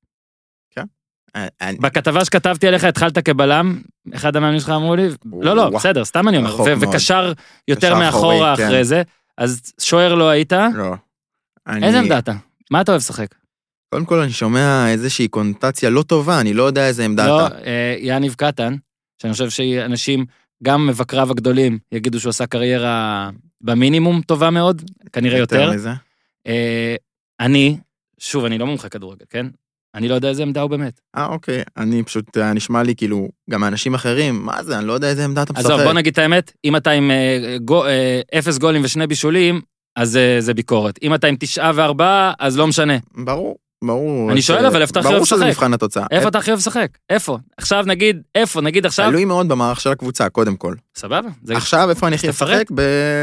בכתבה שכתבתי עליך התחלת כבלם, אחד המאמנים שלך אמרו לי, לא, לא, בסדר, סתם אני אומר, רחוק ו- מאוד. וקשר יותר קשר מאחורה אחורי, אחרי כן. זה, אז שוער לא היית, לא. אני- איזה עמדה אתה? מה אתה אוהב לשחק? קודם כל אני שומע איזושהי קונוטציה לא טובה, אני לא יודע איזה עמדה לא, אתה. אה, יניב קטן, שאני חושב שאנשים, גם מבקריו הגדולים, יגידו שהוא עשה קריירה במינימום טובה מאוד, כנראה יותר. מזה. אה, אני, שוב, אני לא מומחה כדורגל, כן? אני לא יודע איזה עמדה הוא באמת. אה, אוקיי. אני פשוט, אה, נשמע לי כאילו, גם האנשים אחרים, מה זה, אני לא יודע איזה עמדה אתה משחק. עזוב, בוא נגיד את האמת, אם אתה עם אה, גו- אה, אפס גולים ושני בישולים, אז אה, זה ביקורת. אם אתה עם תשעה וארבעה, אז לא משנה. ברור, ברור. אני ש- שואל, אבל איפה אתה הכי ברור אוהב שזה לשחק? מבחן התוצאה. איפה אתה הכי אוהב לשחק? איפה? עכשיו נגיד, איפה? נגיד עכשיו? תלוי מאוד במערך של הקבוצה, קודם כל. סבבה? זה- עכשיו, איפה אני הכי תפרט. משחק?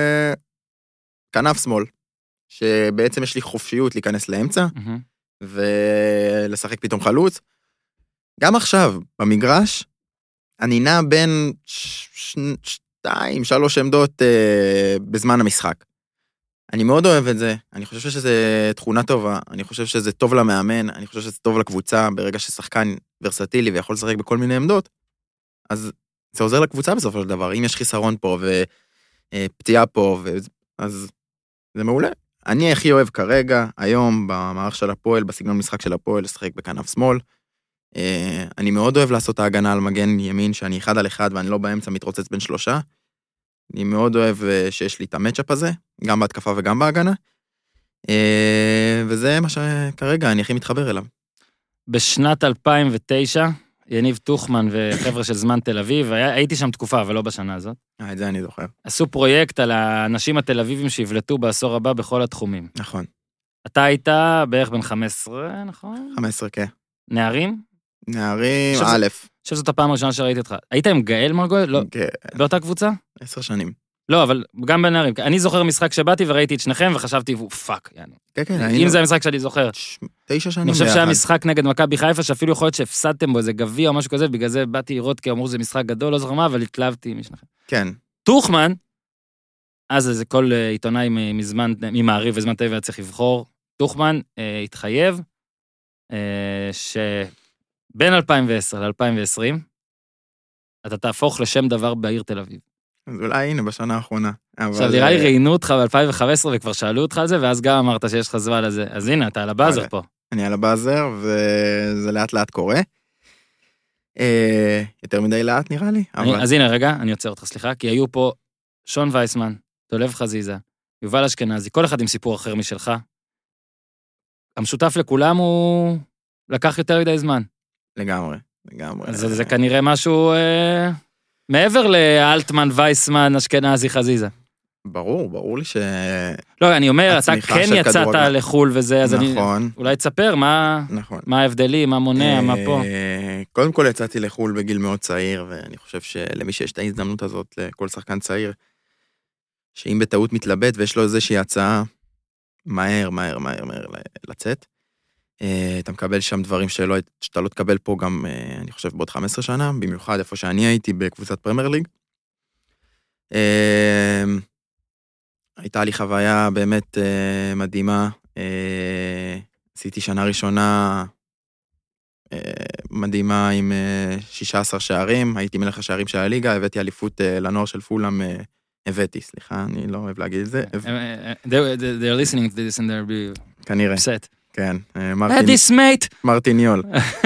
בכנף שמאל. שבעצם יש לי חופשיות להיכנס לאמצע, מהמם. ולשחק פתאום חלוץ. גם עכשיו, במגרש, אני נע בין ש- ש- שתיים, שלוש עמדות אה, בזמן המשחק. אני מאוד אוהב את זה, אני חושב שזה תכונה טובה, אני חושב שזה טוב למאמן, אני חושב שזה טוב לקבוצה, ברגע ששחקן ורסטילי ויכול לשחק בכל מיני עמדות, אז זה עוזר לקבוצה בסופו של דבר. אם יש חיסרון פה ופציעה פה, ו- אז זה מעולה. אני הכי אוהב כרגע, היום, במערך של הפועל, בסגנון משחק של הפועל, לשחק בכנף שמאל. אה, אני מאוד אוהב לעשות ההגנה על מגן ימין, שאני אחד על אחד, ואני לא באמצע מתרוצץ בין שלושה. אני מאוד אוהב אה, שיש לי את המצ'אפ הזה, גם בהתקפה וגם בהגנה. אה, וזה מה שכרגע אני הכי מתחבר אליו. בשנת אלפיים ותשע, יניב טוחמן וחבר'ה של זמן תל אביב, היה- הייתי שם תקופה, אבל לא בשנה הזאת, אה, את זה אני זוכר. עשו פרויקט על האנשים התל אביבים שיבלטו בעשור הבא בכל התחומים. נכון. אתה היית בערך בן חמש עשרה, נכון? חמש עשרה, כן. נערים? נערים, עכשיו זה- א', אני חושב שזאת הפעם הראשונה שראיתי אותך. היית עם גאל מרגול? לא, כן, באותה קבוצה? עשר שנים. לא, אבל גם בנערים. אני זוכר משחק שבאתי וראיתי את שניכם וחשבתי, פאק, יאנו. כן, כן, אם היינו זה המשחק שאני זוכר. ש- תשע שנים אני חושב ביחד. שהיה משחק נגד מכבי חיפה, שאפילו יכול להיות שהפסדתם בו איזה גביע או משהו כזה, בגלל זה באתי לראות כי אמרו שזה משחק גדול, לא זוכר מה, אבל התלהבתי משניכם. כן, טוחמן, אז איזה כל אה, עיתונאי מ- מזמן, ממעריב וזמן טבע היה צריך לבחור, טוחמן אה, התחייב, אה, שבין אלפיים ועשר ל-אלפיים ועשרים, אתה תהפוך לשם דבר בעיר תל אביב. אז אולי הנה בשנה האחרונה. עכשיו, נראה לי ראיינו אותך ב-אלפיים וחמש עשרה וכבר שאלו אותך על זה, ואז גם אמרת שיש לך זמן לזה. אז הנה, אתה על הבאזר פה. אני על הבאזר, וזה לאט לאט קורה. יותר מדי לאט נראה לי. אז הנה, רגע, אני יוצא אותך, סליחה, כי היו פה שון וייסמן, דולב חזיזה, יובל אשכנזי, כל אחד עם סיפור אחר משלך. המשותף לכולם הוא לקח יותר מדי זמן. לגמרי, לגמרי. אז זה כנראה משהו מעבר לאלטמן, וייסמן, אשכנזי, חזיזה. ברור, ברור לי ש... לא, אני אומר, אתה כן יצאת לחול וזה, אז אני אולי תספר מה ההבדלים, מה מונע, מה פה. קודם כל יצאתי לחול בגיל מאוד צעיר, ואני חושב שלמי שיש את ההזדמנות הזאת, לכל שחקן צעיר, שאם בטעות מתלבט ויש לו איזושהי הצעה, מהר, מהר, מהר, מהר לצאת. אתה מקבל שם דברים שאתה לא תקבל פה גם, אני חושב, בעוד חמש עשרה שנה, במיוחד איפה שאני הייתי בקבוצת פרמייר ליג. הייתה לי חוויה באמת מדהימה. עשיתי שנה ראשונה מדהימה עם שישה עשר שערים, הייתי מלך השערים של הליגה, הבאתי אליפות לנוער של פולאם, הבאתי, סליחה, אני לא אוהב להגיד את זה. They're listening to this and they're כנראה. upset. כן. This mate. מרטיניול.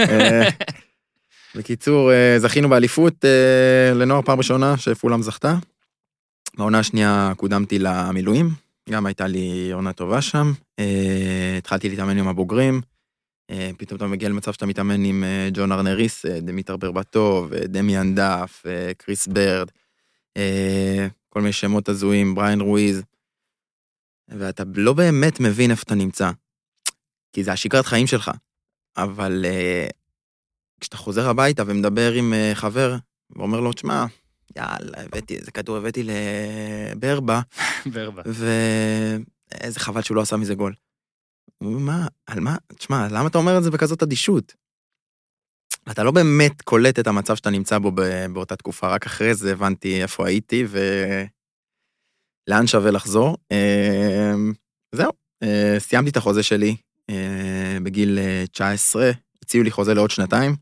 בקיצור, זכינו באליפות לנוער פעם ראשונה שפולאם זכתה. בעונה השנייה קודמתי למילואים, גם הייתה לי עונה טובה שם. התחלתי להתאמן עם הבוגרים. פתאום אתה מגיע למצב שאתה מתאמן עם ג'ון ארנריס, דמיטר ברבטוב, דמיאן דף, קריס ברד, כל מיני שמות הזויים, בריין רואיז, ואתה לא באמת מבין איפה אתה נמצא, כי זה השגרת חיים שלך, אבל כשאתה חוזר הביתה ומדבר עם חבר, ואומר לו, תשמע, יאללה, הבאתי, איזה כדור הבאתי לברבה, ברבה. ואיזה חבל שהוא לא עשה מזה גול. מה, על מה? תשמע, למה אתה אומר את זה בכזאת אדישות? אתה לא באמת קולט את המצב שאתה נמצא בו באותה תקופה, רק אחרי זה הבנתי איפה הייתי ולאן שווה לחזור. זהו, סיימתי את החוזה שלי בגיל תשע עשרה, הציעו לי חוזה לעוד שנתיים,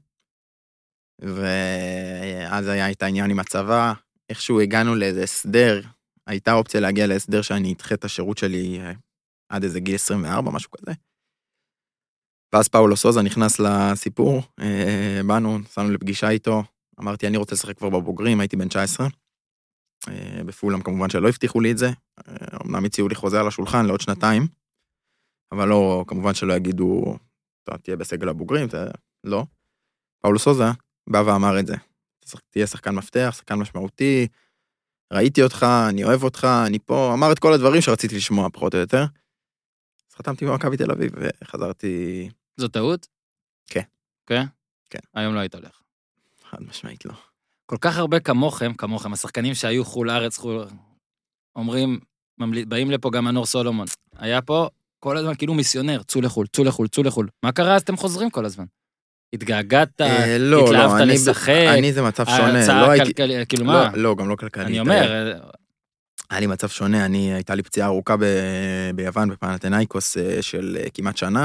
ואז היה את העניין עם הצבא, איכשהו הגענו לאיזה הסדר, הייתה אופציה להגיע להסדר שאני אדחה את השירות שלי עד איזה גיל עשרים וארבע, משהו כזה. ואז פאולו סוזה נכנס לסיפור, באנו, נסענו לפגישה איתו, אמרתי, אני רוצה לשחק כבר בבוגרים, הייתי בן תשע עשרה, בפולאם כמובן שלא הבטיחו לי את זה, אמנם הציעו לי חוזה על השולחן לעוד שנתיים, אבל לא, כמובן שלא יגידו, אתה תהיה בסגל הבוגרים, זה לא. פאולו סוזה בא ואמר את זה, תהיה שחקן מפתח, שחקן משמעותי, ראיתי אותך, אני אוהב אותך, אני פה, אמר את כל הדברים שרציתי לשמוע פחות או יותר, אז חתמתי במכבי תל אביב וחזרתי... זו טעות? כן. כן? כן. היום לא היית הולך. חד משמעית לא. כל כך הרבה כמוכם, כמוכם, השחקנים שהיו חול ארץ, חול... אומרים, באים לפה גם מנור סולומון. היה פה כל הזמן כאילו מיסיונר, צאו לחול, צאו לחול, צאו לחול. מה קרה? אז אתם חוזרים כל הזמן. התגעגעת, התלהבת לשחק. אני זה מצב שונה. הצעה כלכלית, כאילו מה? לא, גם לא כלכלית. אני אומר... היה לי מצב שונה, אני, הייתה לי פציעה ארוכה ביוון, בפנתנייקוס של כמעט שנה.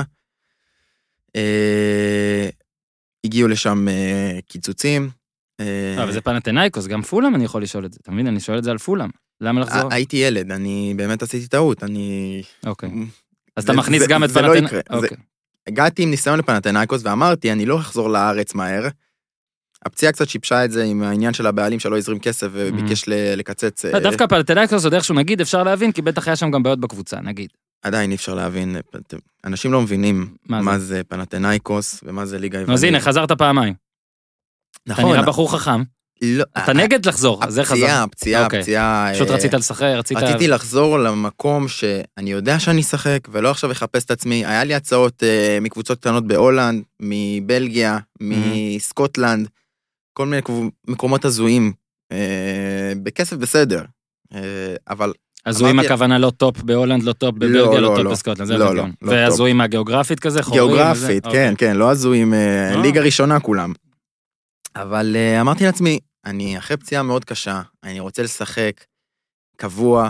הגיעו לשם קיצוצים. אבל זה פנתנייקוס, גם פולאם אני יכול לשאול את זה. אתה מבין? אני שואל את זה על פולאם. למה לחזור? הייתי ילד, אני באמת עשיתי טעות, אני... אוקיי. אז אתה מכניס גם את פנתנייקוס? הגעתי עם ניסיון לפנתנייקוס, ואמרתי, אני לא אחזור לארץ מהר. הפציעה קצת שיפשה את זה עם העניין של הבעלים שלא הזרים כסף וביקש לקצץ. דווקא פנתנייקוס עוד איכשהו נגיד אפשר להבין, כי בטח היה שם גם בעיות בקבוצה, נגיד. עדיין אי אפשר להבין, אנשים לא מבינים מה זה פנתנייקוס ומה זה ליגה יוונית. אז הנה, חזרת פעמיים. נכון. אתה נראה בחור חכם. אתה נגד לחזור, אז זה חזר. הפציעה, הפציעה, הפציעה. פשוט רצית לשחק, רצית... רציתי לחזור למקום שאני יודע שאני אשחק, ולא עכשיו אחפש את עצמי. היה לי הצעות מקבוצות קטנות בהולנד, מבלגיה, מסקוטלנד, כל מיני מקומות הזויים, בכסף בסדר, אבל... הזויים הכוונה לא טופ בהולנד, לא טופ בבלגיה, לא טופ בסקוטלנד, זה לא, לא. והזויים הגיאוגרפית כזה, חורים? גיאוגרפית, כן, כן, לא הזויים, ליגה ראשונה כולם. אבל אמרתי לעצמי, אני אחרי פציעה מאוד קשה, אני רוצה לשחק קבוע,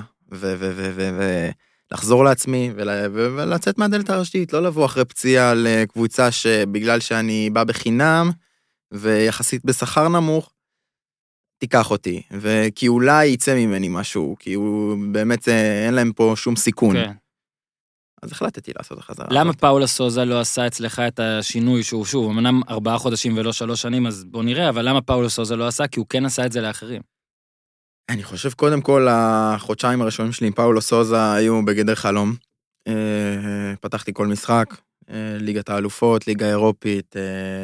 ולחזור לעצמי, ולצאת מהדלת הראשית, לא לבוא אחרי פציעה לקבוצה שבגלל שאני בא בחינם, ויחסית בשכר נמוך, תיקח אותי, וכי אולי יצא ממני משהו, כי הוא באמת, אין להם פה שום סיכון. כן. אז החלטתי לעשות החזרה. למה פאולו סוזה לא עשה אצלך את השינוי שהוא שוב, אמנם ארבעה חודשים ולא שלוש שנים, אז בוא נראה, אבל למה פאולו סוזה לא עשה? כי הוא כן עשה את זה לאחרים. אני חושב קודם כל, החודשיים הראשונים שלי עם פאולו סוזה היו בגדר חלום. פתחתי כל משחק, ליגת האלופות, ליגה אירופית,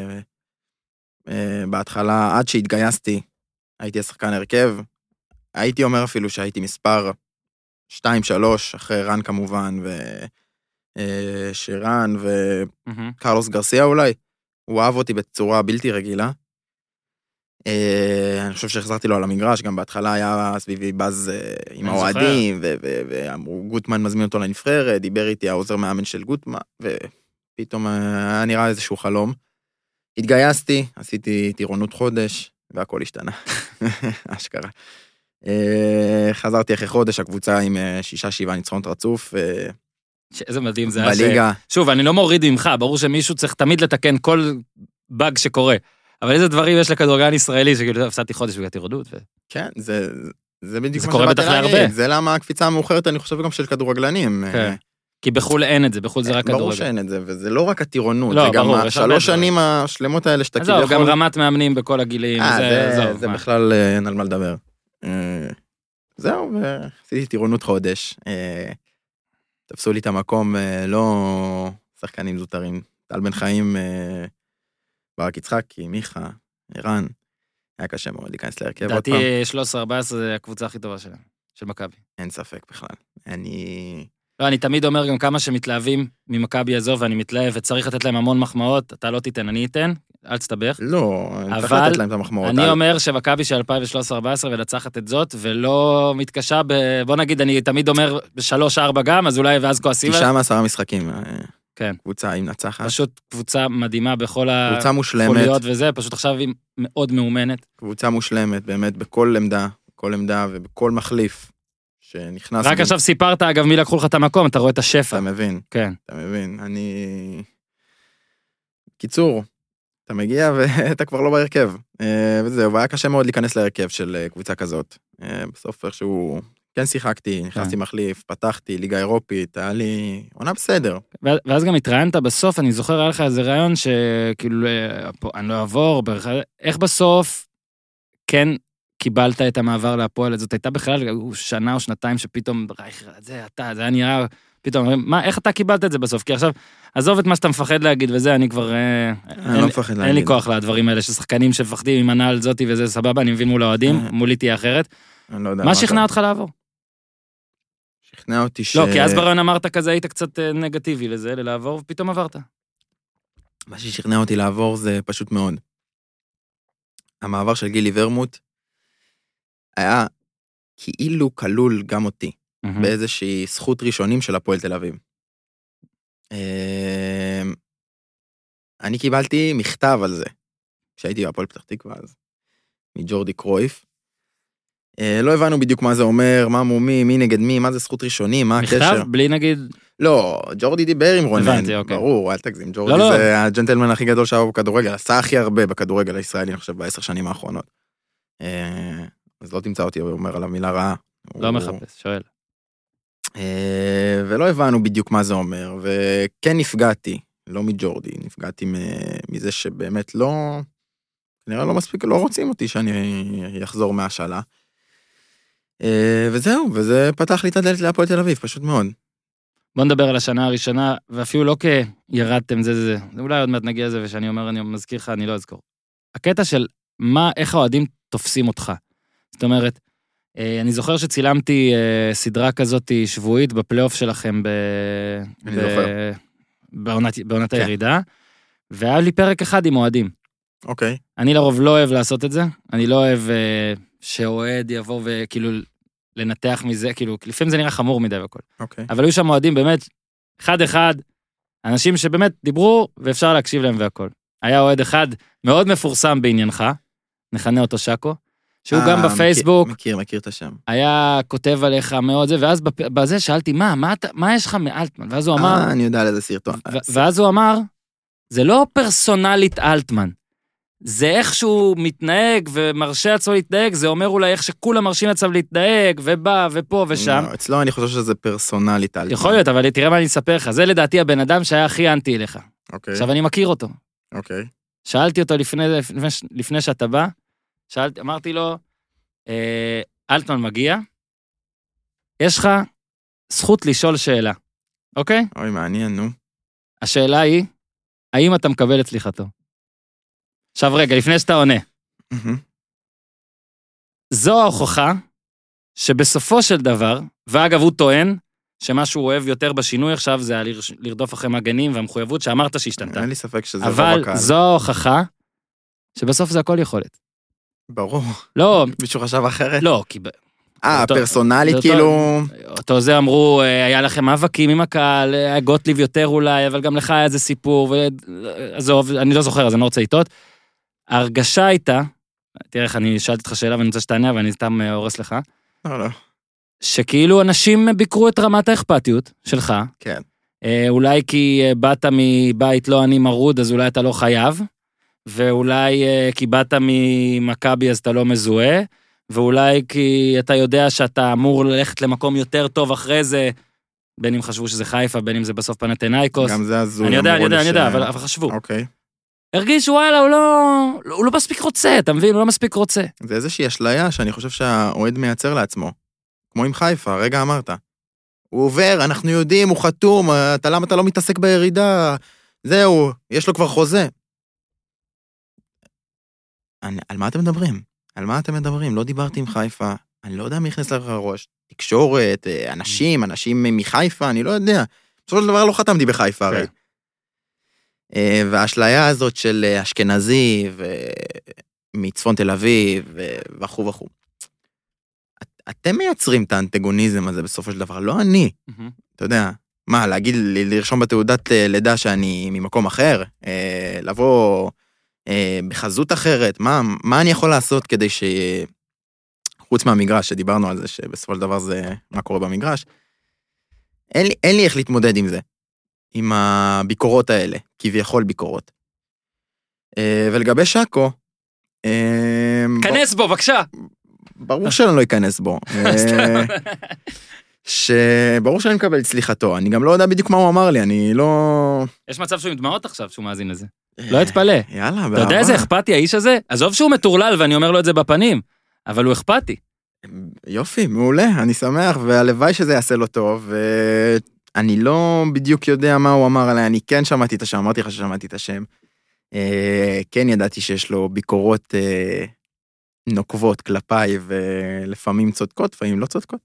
בהתחלה, עד שהתגייסתי, הייתי השחקן הרכב, הייתי אומר אפילו שהייתי מספר שתיים שלוש, אחרי רן כמובן, ושירן, וקרלוס גרסיה אולי, הוא אהב אותי בצורה בלתי רגילה, אני חושב שהחזרתי לו על המגרש, גם בהתחלה היה סביבי בז עם האוהדים, ואמרו גוטמן מזמין אותו לנבחרת, דיבר איתי העוזר מאמן של גוטמן, ופתאום היה נראה איזשהו חלום, התגייסתי, עשיתי טירונות חודש, והכל השתנה, אשכרה. חזרתי אחרי חודש, הקבוצה עם שישה שבעה ניצחונות רצוף. איזה מדהים זה היה. בליגה. שוב, אני לא מוריד ממך, ברור שמישהו צריך תמיד לתקן כל באג שקורה, אבל איזה דברים יש לכדורגלן ישראלי, שכאילו הפסדתי חודש בגלל טירונות. כן, זה בדיוק מה שבאתי להגיד, זה למה הקפיצה המאוחרת, אני חושב גם של כדורגלנים. כי בחול אין את זה, בחול זה רק כדורגל. ברור שאין את זה, וזה לא רק הטירונות, זה גם השלוש שנים השלמות האלה שאתה כאילו יכול... גם רמת מאמנים בכל הגילים, זה בכלל אין על מה לדבר. זהו, ועשיתי טירונות חודש. תפסו לי את המקום, לא שחקנים זוטרים, טל בן חיים, ברק יצחקי, מיכה, ערן, היה קשה מאוד להיכנס להרכב עוד פעם. דעתי שלוש עשרה ארבע עשרה זה הקבוצה הכי טובה שלהם, של מכבי. אין ספק בכלל. אני... לא, אני תמיד אומר גם כמה שמתלהבים ממכבי הזו, ואני מתלהב, וצריך לתת להם המון מחמאות, אתה לא תיתן, אני אתן, אל תסתבך. לא, אני צריך לתת להם את המחמאות. אני אומר שמכבי של אלפיים ושלוש עשרה ארבע עשרה ולצחת את זאת, ולא מתקשה ב... בוא נגיד, אני תמיד אומר בשלוש ארבע גם, אז אולי ואז כועסים. תשעה מעשרה משחקים. כן. קבוצה עם נצחת. פשוט קבוצה מדהימה בכל קבוצה מושלמת. וזה, פשוט עכשיו היא מאוד מאומנת. קבוצה מושלמת, באמת, בכל עמדה, בכל עמדה ובכל מחליף. שנכנס... רק עכשיו סיפרת, אגב, מי לקחו לך את המקום, אתה רואה את השפע. אתה מבין. כן. אתה מבין. אני... קיצור, אתה מגיע ואתה כבר לא בהרכב. וזהו, והיה קשה מאוד להיכנס להרכב של קבוצה כזאת. בסוף איכשהו... כן שיחקתי, נכנסתי מחליף, פתחתי, ליגה אירופית, היה לי עונה בסדר. ואז גם התראיינת בסוף, אני זוכר, היה לך איזה רעיון שכאילו, אני לא אעבור, איך בסוף כן קיבלת את המעבר להפועל? זאת הייתה בכלל שנה או שנתיים שפתאום, זה אתה, זה היה נראה, פתאום, מה, איך אתה קיבלת את זה בסוף? כי עכשיו, עזוב את מה שאתה מפחד להגיד, וזה, אני כבר, אני לא מפחד להגיד. אין לי כוח לדברים האלה, ששחקנים שמפחדים עם הנעל זאתי וזה סבבה, אני מבין מול האוהדים, מולי תהיה אחרת. מה שכנע אותך לעבור? שכנע אותי ש... לא, כי אז ברעיון אמרת כזה, היית קצת נגטיבי לזה, ללעבור, ופתאום עברת. מה ששכנע אותי לעבור זה פשוט מאוד. המעבר של גילי ורמוט היה כאילו כלול גם אותי, באיזושהי זכות ראשונים של הפועל תל אביב. אני קיבלתי מכתב על זה, כשהייתי בהפועל פתח תקווה אז, מג'ורדי קרויף, לא הבנו בדיוק מה זה אומר, מה מומי, מי נגד מי, מה זה זכות ראשונים, מה הקשר. מכתב? בלי נגיד... לא, ג'ורדי דיבר עם רונן. הבנתי, אוקיי. ברור, אל תגזים. ג'ורדי לא, זה לא. הג'נטלמן הכי גדול שהיה בכדורגל, עשה הכי הרבה בכדורגל הישראלי, אני חושב, בעשר שנים האחרונות. אז לא תמצא אותי, הוא אומר עליו מילה רעה. לא הוא... מחפש, שואל. ולא הבנו בדיוק מה זה אומר, וכן נפגעתי, לא מג'ורדי, נפגעתי מזה שבאמת לא... נראה לא מספיק, לא רוצים אותי שאני אחזור מהשאלה. וזהו, וזה פתח לי את הדלת להפועל תל אביב, פשוט מאוד. בוא נדבר על השנה הראשונה, ואפילו לא כירדתם זה זה זה, אולי עוד מעט נגיע לזה, ושאני אומר, אני מזכיר לך, אני לא אזכור. הקטע של מה, איך האוהדים תופסים אותך. זאת אומרת, אני זוכר שצילמתי סדרה כזאת שבועית בפלייאוף שלכם בעונת הירידה, והיה לי פרק אחד עם אוהדים. אוקיי. אני לרוב לא אוהב לעשות את זה, אני לא אוהב שאוהד יבוא וכאילו לנתח מזה, כאילו, לפעמים זה נראה חמור מדי וכל. אוקיי. אבל היו שם אוהדים באמת, אחד אחד, אנשים שבאמת דיברו, ואפשר להקשיב להם והכל. היה אוהד אחד מאוד מפורסם בעניינך, נכנה אותו שקו, שהוא גם בפייסבוק. מכיר, מכיר את השם. היה כותב עליך מאוד זה, ואז בזה שאלתי, מה, מה יש לך מאלטמן? ואז הוא אמר... אני יודע על איזה סרטון. ואז הוא אמר, זה לא פרסונלית אלטמן, זה איך שהוא מתנהג ומרשה עצמו להתנהג, זה אומר אולי איך שכולם מרשים עצמם להתנהג, ובא ופה ושם. לא, אצלו אני חושב שזה פרסונלית. יכול להיות, אבל תראה מה אני אספר לך, זה לדעתי הבן אדם שהיה הכי אנטי אליך. אוקיי. עכשיו אני מכיר אותו. אוקיי. שאלתי אותו לפני, לפני, לפני שאתה בא, שאלתי, אמרתי לו, אה, אלטמן מגיע, יש לך זכות לשאול שאלה, אוקיי? אוי, מעניין, נו. השאלה היא, האם אתה מקבל את סליחתו? עכשיו רגע, לפני שאתה עונה. זו ההוכחה שבסופו של דבר, ואגב הוא טוען, שמה שהוא אוהב יותר בשינוי עכשיו, זה לרדוף אחרי מגנים והמחויבות שאמרת שהשתנתה. אין לי ספק שזה לא אבל בקל. זו ההוכחה, שבסוף זה הכל יכולת. ברור. לא. מישהו חשב אחרת? לא, כי... אה, פרסונלית כאילו... אותו זה אמרו, היה לכם מאבקים עם הקהל, היה גוטליב יותר אולי, אבל גם לך היה איזה סיפור, ועזוב, אני לא זוכר, אז אני לא רוצה לטעות. ההרגשה הייתה, תראה איך אני שאלתי אותך שאלה ואני רוצה שתענה, ואני סתם הורס לך. לא, לא. שכאילו אנשים ביקרו את רמת האכפתיות שלך. כן. אולי כי באת מבית לא אני מרוד, אז אולי אתה לא חייב, ואולי כי באת ממכבי אז אתה לא מזוהה, ואולי כי אתה יודע שאתה אמור ללכת למקום יותר טוב אחרי זה, בין אם חשבו שזה חיפה, בין אם זה בסוף פנתנאיקוס. גם זה הזוי. אני יודע, אני יודע, אני יודע, אבל חשבו. אוקיי. הרגישו, וואלה, הוא לא, הוא לא מספיק רוצה, אתה מבין? הוא לא מספיק רוצה. זה איזושהי אשליה שאני חושב שהאוהד מייצר לעצמו. כמו עם חיפה, רגע אמרת. הוא עובר, אנחנו יודעים, הוא חתום, אתה למה אתה לא מתעסק בירידה? זהו, יש לו כבר חוזה. אני, על מה אתם מדברים? על מה אתם מדברים? לא דיברתי עם חיפה, אני לא יודע מי יכנס לך לראש. תקשורת, אנשים, אנשים מחיפה, אני לא יודע. בסופו של דבר לא חתמתי בחיפה, הרי. והאשליה הזאת של אשכנזי, ומצפון תל אביב, וכו' וכו'. אתם מייצרים את האנטגוניזם הזה בסופו של דבר, לא אני. אתה יודע, מה, להגיד, לרשום בתעודת לידה שאני ממקום אחר, לבוא בחזות אחרת, מה, מה אני יכול לעשות כדי ש... חוץ מהמגרש, שדיברנו על זה, שבסופו של דבר זה מה קורה במגרש, אין לי, אין לי איך להתמודד עם זה, עם הביקורות האלה, כביכול ביקורות. ולגבי שקו, כנס בו, בבקשה. ברור שאני לא אכנס בו. שברור שאני מקבל את סליחתו, אני גם לא יודע בדיוק מה הוא אמר לי, אני לא... יש מצב שהוא עם דמעות עכשיו שהוא מאזין לזה. לא אתפלא. יאללה, באהבה. אתה יודע איזה אכפתי האיש הזה? עזוב שהוא מטורלל ואני אומר לו את זה בפנים, אבל הוא אכפתי. יופי, מעולה, אני שמח, והלוואי שזה יעשה לו טוב, ואני לא בדיוק יודע מה הוא אמר עליי, אני כן שמעתי את השם, אמרתי לך ששמעתי את השם, כן ידעתי שיש לו ביקורות נוקבות כלפיי, ולפעמים צודקות, לפעמים לא צודקות.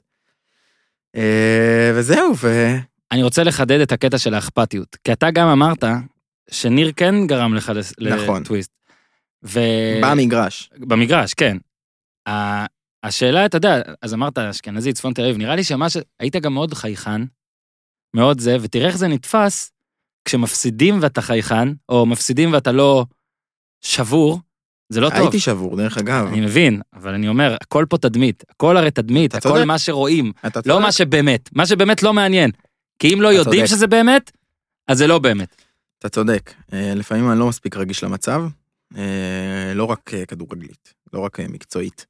וזהו, ו... אני רוצה לחדד את הקטע של האכפתיות, כי אתה גם אמרת שניר כן גרם לך לטוויסט. במגרש. במגרש, כן. השאלה, אתה יודע, אז אמרת, אשכנזי, צפון תל אביב, נראה לי שמה שהיית גם מאוד חייכן, מאוד זה, ותראה איך זה נתפס, כשמפסידים ואתה חייכן, או מפסידים ואתה לא שבור, זה לא טוב. הייתי שבור, דרך אגב. אני מבין, אבל אני אומר, הכל פה תדמית, הכל הרי תדמית, הכל מה שרואים, לא מה שבאמת, מה שבאמת לא מעניין, כי אם לא יודעים שזה באמת, אז זה לא באמת. אתה צודק, לפעמים אני לא מספיק רגיש למצב, לא רק כדורגלית, לא רק מקצועית,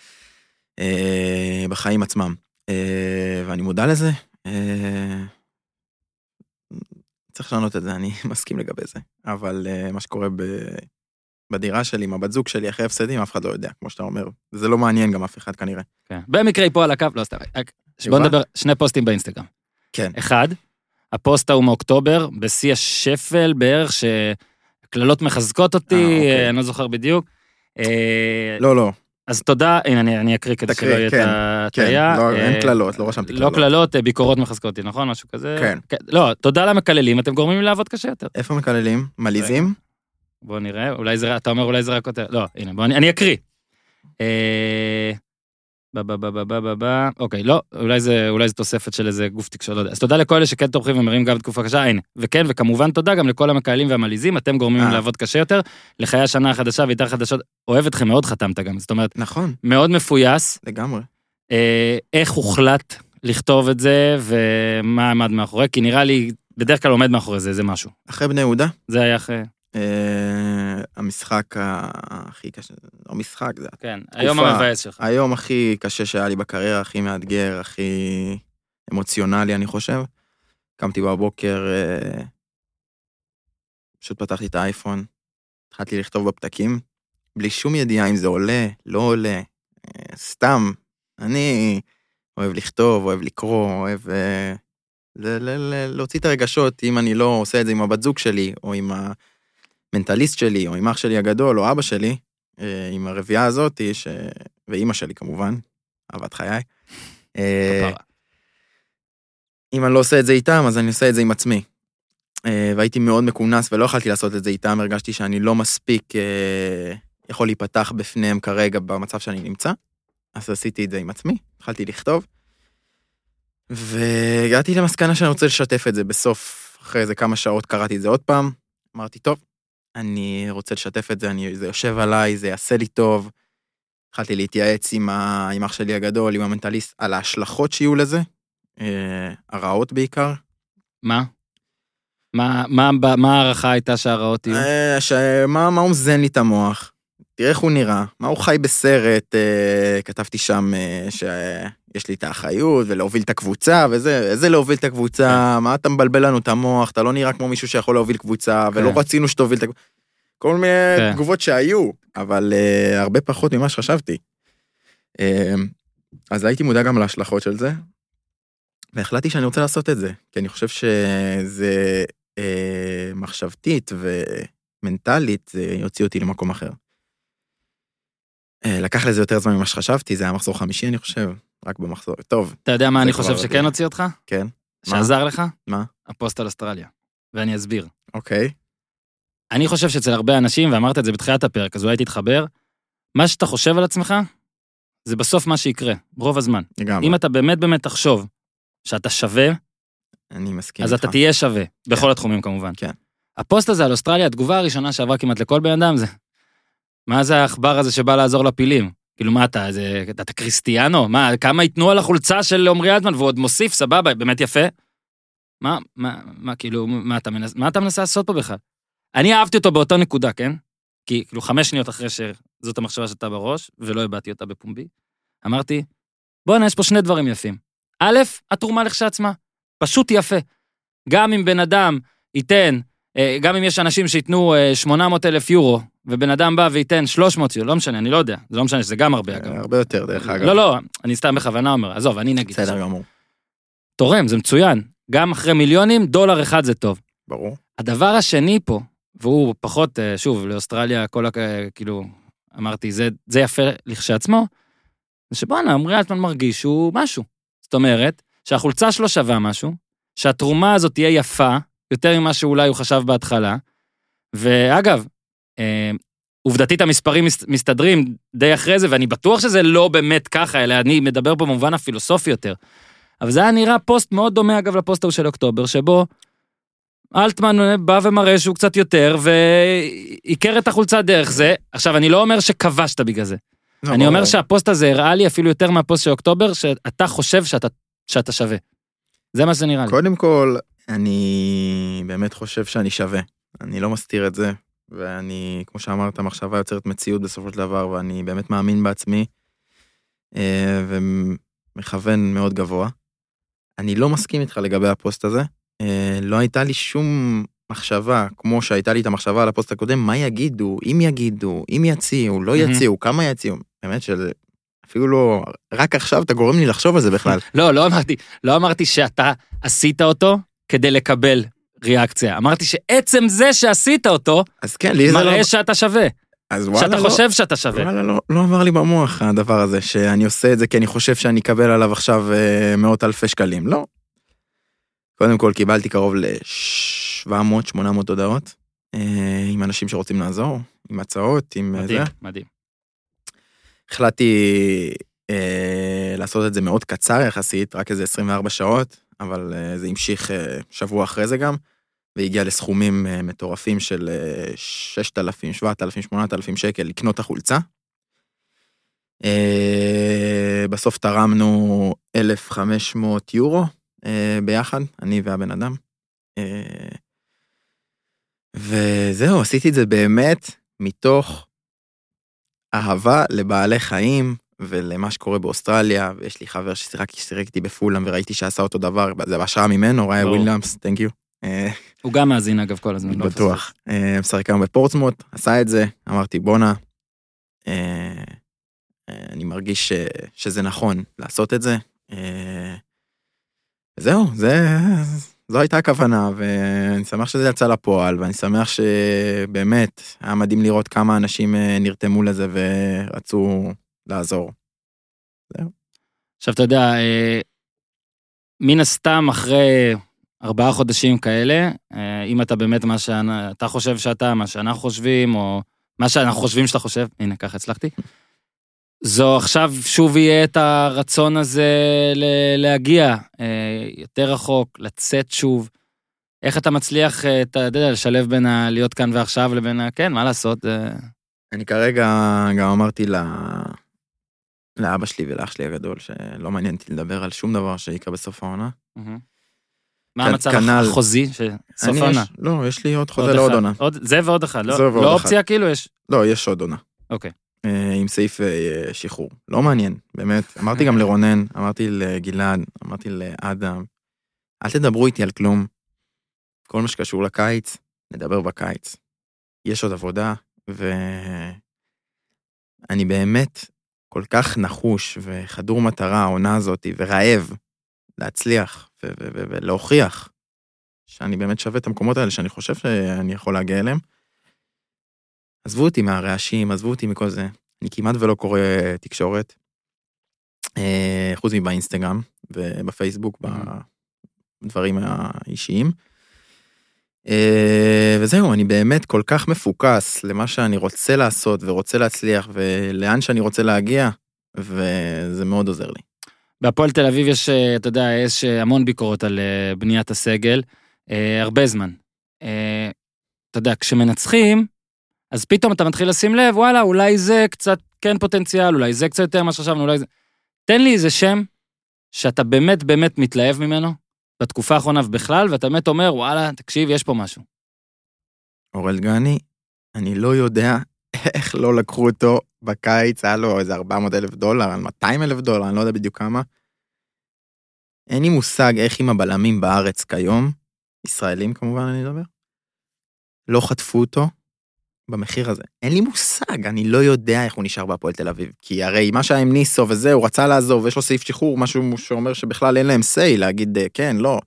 בחיים עצמם, ואני מודע לזה, צריך לשנות את זה, אני מסכים לגבי זה, אבל מה שקורה בדירה שלי, עם הבת זוג שלי, אחרי הפסדים, אף אחד לא יודע, כמו שאתה אומר, זה לא מעניין גם אף אחד כנראה. במקרה היא פה על הקו, לא סתם, בוא נדבר, שני פוסטים באינסטגרם. כן. אחד, הפוסט הוא מאוקטובר, בשיא השפל בערך, שכללות מחזקות אותי, אני לא זוכר בדיוק. לא, לא. אז תודה, הנה אני אקריא כדי שלא יהיה את התהיה. כן, אין כללות, לא רשמתי כללות. לא כללות, ביקורות מחזקות אותי, נכון? משהו כזה? כן. לא, תודה למקללים, אתם גורמים לי לעבוד קשה יותר. איפה מקללים? מליזים? בוא נראה, אולי זה, אתה אומר אולי זה רק יותר, לא, הנה, בוא, אני אקריא. בבבבבבבבב, אוקיי, לא, אולי זה, אולי זה תוספת של איזה גוף תקשורת, לא יודע. אז תודה לכל אלה שכן תומכים ומראים גם בתקופה קשה, הנה, וכן, וכמובן תודה גם לכל המקהלים והמליזים, אתם גורמים לעבוד קשה יותר, לחיי השנה החדשה ואיתר חדשות, אוהב אתכם מאוד חתמת גם, זאת אומרת, נכון. מאוד מפויס. לגמרי. איך הוחלט לכתוב את זה, ומה עמד מאחורי, כי נראה לי, בדרך כלל עומד מאחורי זה, זה משהו. אחרי בני יהודה? זה היה אחרי... המשחק הכי קשה, לא משחק, זה כן, היום המבאס שלך. היום הכי קשה שהיה לי בקריירה, הכי מאתגר, הכי אמוציונלי, אני חושב. קמתי בבוקר, פשוט פתחתי את האייפון, התחלתי לכתוב בפתקים, בלי שום ידיעה אם זה עולה, לא עולה, סתם. אני אוהב לכתוב, אוהב לקרוא, אוהב להוציא את הרגשות, אם אני לא עושה את זה עם הבת זוג שלי, או עם המנטליסט שלי, או עם אח שלי הגדול, או אבא שלי, עם הרביעה הזאת, ואימא שלי כמובן, אהבת חיי. אם אני לא עושה את זה איתם, אז אני עושה את זה עם עצמי. והייתי מאוד מקונס, ולא יכולתי לעשות את זה איתם, הרגשתי שאני לא מספיק יכול להיפתח בפניהם כרגע במצב שאני נמצא, אז עשיתי את זה עם עצמי, התחלתי לכתוב, והגעתי למסקנה שאני רוצה לשתף את זה בסוף, אחרי איזה כמה שעות קראתי את זה עוד פעם, אמרתי, טוב, אני רוצה לשתף את זה, אני, זה יושב עליי, זה יעשה לי טוב, התחלתי להתייעץ עם, ה, עם אח שלי הגדול, עם המנטליסט, על ההשלכות שיהיו לזה, אה, הרעות בעיקר. מה? מה, מה, מה הערכה הייתה שהרעות יהיו? אה, ש... מה, מה הוא מזן לי את המוח? תראה איך הוא נראה, מה הוא חי בסרט, אה, כתבתי שם אה, שיש לי את האחריות, ולהוביל את הקבוצה, וזה, איזה להוביל את הקבוצה, מה אתה מבלבל לנו את המוח, אתה לא נראה כמו מישהו שיכול להוביל קבוצה, ולא רצינו שתוביל את הקבוצה, כל מיני תגובות שהיו, אבל אה, הרבה פחות ממה שחשבתי. אה, אז הייתי מודע גם להשלכות של זה, והחלטתי שאני רוצה לעשות את זה, כי אני חושב שזה אה, מחשבתית ומנטלית, זה יוציא אותי למקום אחר. לקח לזה יותר זמן ממה שחשבתי, זה היה מחזור חמישי, אני חושב, רק במחזור, טוב. אתה יודע מה אני חושב שכן הוציא אותך? כן. שעזר לך? מה? הפוסט על אוסטרליה, ואני אסביר. אוקיי. אני חושב שאצל הרבה אנשים, ואמרת את זה בתחילת הפרק, אז אולי תתחבר, מה שאתה חושב על עצמך, זה בסוף מה שיקרה, ברוב הזמן. לגמרי. אם אתה באמת באמת תחשוב שאתה שווה, אני מסכים אז איתך. אתה תהיה שווה, בכל התחומים כמובן. כן. הפוסט הזה על אוסטרליה, התגובה הראשונה שעברה כמעט לכל בן אדם זה, מה זה האחבר הזה שבא לעזור לפילים? כאילו, מה אתה, זה, אתה קריסטיאנו? מה, כמה ייתנו על החולצה של עומרי אלטמן, והוא מוסיף, סבבה, באמת יפה? מה, מה, מה, כאילו, מה אתה מנסה, מה אתה מנסה לעשות פה בכלל? אני אהבתי אותו באותו נקודה, כן? כי, כאילו, חמש שניות אחרי שזאת המחשבה שאתה בראש, ולא הבאתי אותה בפומבי, אמרתי, בוא נעש פה שני דברים יפים. א', התרומה לכשעצמה, פשוט יפה. גם אם בן אדם ייתן, גם אם יש אנשים שיתנו שמונה מאות אלף יורו, ובן אדם בא וייתן שלוש מאות יורו, לא משנה, אני לא יודע, זה לא משנה, שזה גם הרבה, אגב. הרבה יותר, דרך אגב. לא, לא, אני סתם בכוונה אומר, עזוב, אני נגיד. בסדר גמור. תורם, זה מצוין. גם אחרי מיליונים, דולר אחד זה טוב. ברור. הדבר השני פה, והוא פחות, שוב, לאוסטרליה, כל ה... כאילו, אמרתי, זה, זה יפה לכשעצמו, זה שבואנה, עומרי אלטמן מרגיש שהוא משהו. זאת אומרת, שהחולצה שלו שווה משהו, שהתרומה הזאת תהיה יפה, יותר ממה שאולי הוא חשב בהתחלה, ואגב, אה, עובדתית המספרים מסתדרים די אחרי זה, ואני בטוח שזה לא באמת ככה, אלא אני מדבר פה במובן הפילוסופי יותר. אבל זה היה נראה פוסט מאוד דומה, אגב, לפוסט ההוא של אוקטובר, שבו אלטמן בא ומראה שהוא קצת יותר, ועיקר את החולצה דרך זה. עכשיו, אני לא אומר שכבשת בגלל זה. לא, אני אומר שהפוסט הזה הראה לי אפילו יותר מהפוסט של אוקטובר, שאתה חושב שאתה, שאתה שווה. זה מה שזה נראה לי. קודם כל, אני באמת חושב שאני שווה. אני לא מסתיר את זה, ואני, כמו שאמרת, המחשבה יוצרת מציאות בסופו של דבר, ואני באמת מאמין בעצמי, ומכוון מאוד גבוה. אני לא מסכים איתך לגבי הפוסט הזה, לא הייתה לי שום מחשבה, כמו שהייתה לי את המחשבה על הפוסט הקודם, מה יגידו, אם יגידו, אם יציעו, לא יציעו, כמה יציעו, באמת שזה, אפילו לא, רק עכשיו אתה גורם לי לחשוב על זה בכלל. לא, לא אמרתי, לא אמרתי שאתה עשית אותו כדי לקבל ריאקציה, אמרתי שעצם זה שעשית אותו, אז כן, לי זה מראה לא... שאתה שווה. אז וואלה, שאתה לא, חושב שאתה שווה. וואלה, לא, לא עבר לי במוח הדבר הזה, שאני עושה את זה כי אני חושב שאני אקבל עליו עכשיו מאות אלפי שקלים, לא. קודם כל קיבלתי קרוב ל-שבע מאות שמונה מאות הודעות, עם אנשים שרוצים לעזור, עם הצעות, עם מדהים, זה. מדהים. החלטתי אה, לעשות את זה מאוד קצר יחסית, רק איזה עשרים וארבע שעות, אבל אה, זה המשיך אה, שבוע אחרי זה גם, והגיע לסכומים אה, מטורפים של אה, ששת אלפים, שבעת אלפים, שמונת אלפים שקל לקנות החולצה. אה, בסוף תרמנו אלף וחמש מאות יורו, ביחד, אני והבן אדם. וזהו, עשיתי את זה באמת מתוך אהבה לבעלי חיים, ולמה שקורה באוסטרליה, ויש לי חבר ששיחק איתי בפולאם, וראיתי שעשה אותו דבר, זה בהשראה ממנו, ראי וויליאמס, תנק יו. הוא גם מאזין אגב כל הזמן. בטוח. משחק היום בפורטסמוט, עשה את זה, אמרתי בונה, אני מרגיש שזה נכון לעשות את זה. וזהו, זו הייתה הכוונה, ואני שמח שזה יצא לפועל, ואני שמח שבאמת היה מדהים לראות כמה אנשים נרתמו לזה ורצו לעזור. זהו. עכשיו אתה יודע, מן הסתם אחרי ארבעה חודשים כאלה, אם אתה באמת מה שאתה חושב שאתה, מה שאנחנו חושבים, או מה שאנחנו חושבים שאתה חושב, הנה ככה הצלחתי, זו עכשיו שוב יהיה את הרצון הזה להגיע יותר רחוק, לצאת שוב. איך אתה מצליח, אתה יודע, לשלב בין להיות כאן ועכשיו לבין, כן, מה לעשות? אני כרגע גם אמרתי לאבא שלי ולאח שלי הגדול, שלא מעניין אותי לדבר על שום דבר שיקרה בסוף העונה. מה המצב החוזי? סוף העונה? לא, יש לי עוד חוזה לעוד עונה. זה ועוד אחד, לא אופציה כאילו יש? לא, יש עוד עונה. אוקיי. עם סעיף שחרור. לא מעניין, באמת. אמרתי גם לרונן, אמרתי לגלעד, אמרתי לאדם, אל תדברו איתי על כלום. כל מה שקשור לקיץ, נדבר בקיץ. יש עוד עבודה, ואני באמת כל כך נחוש וחדור מטרה, העונה הזאת, ורעב להצליח ולהוכיח שאני באמת שווה את המקומות האלה, שאני חושב שאני יכול להגיע אליהם. עזבו אותי מהרעשים, עזבו אותי מכל זה. אני כמעט ולא קורא תקשורת, חוץ מבאינסטגרם ובפייסבוק, בדברים האישיים. וזהו, אני באמת כל כך מפוקס למה שאני רוצה לעשות ורוצה להצליח, ולאן שאני רוצה להגיע, וזה מאוד עוזר לי. בהפועל תל אביב יש, אתה יודע, יש המון ביקורות על בניית הסגל, הרבה זמן. אתה יודע, כשמנצחים, אז פתאום אתה מתחיל לשים לב, וואלה, אולי זה קצת כן פוטנציאל, אולי זה קצת יותר מה שחשבנו, אולי זה... תן לי איזה שם שאתה באמת באמת מתלהב ממנו, בתקופה האחרונה ובכלל, ואתה באמת אומר, וואלה, תקשיב, יש פה משהו. אורל דגני, אני לא יודע איך לא לקחו אותו בקיץ, היה לו איזה ארבע מאות אלף דולר, מאתיים אלף דולר, אני לא יודע בדיוק כמה. אין לי מושג איך עם הבלמים בארץ כיום, ישראלים כמובן אני מדבר, לא חטפו אותו, במחיר הזה. אין לי מושג, אני לא יודע איך הוא נשאר בהפועל תל אביב, כי הרי מה שהיה עם ניסו וזה, הוא רצה לעזוב, ויש לו סעיף שחרור, משהו שאומר שבכלל אין להם סי, להגיד כן, לא.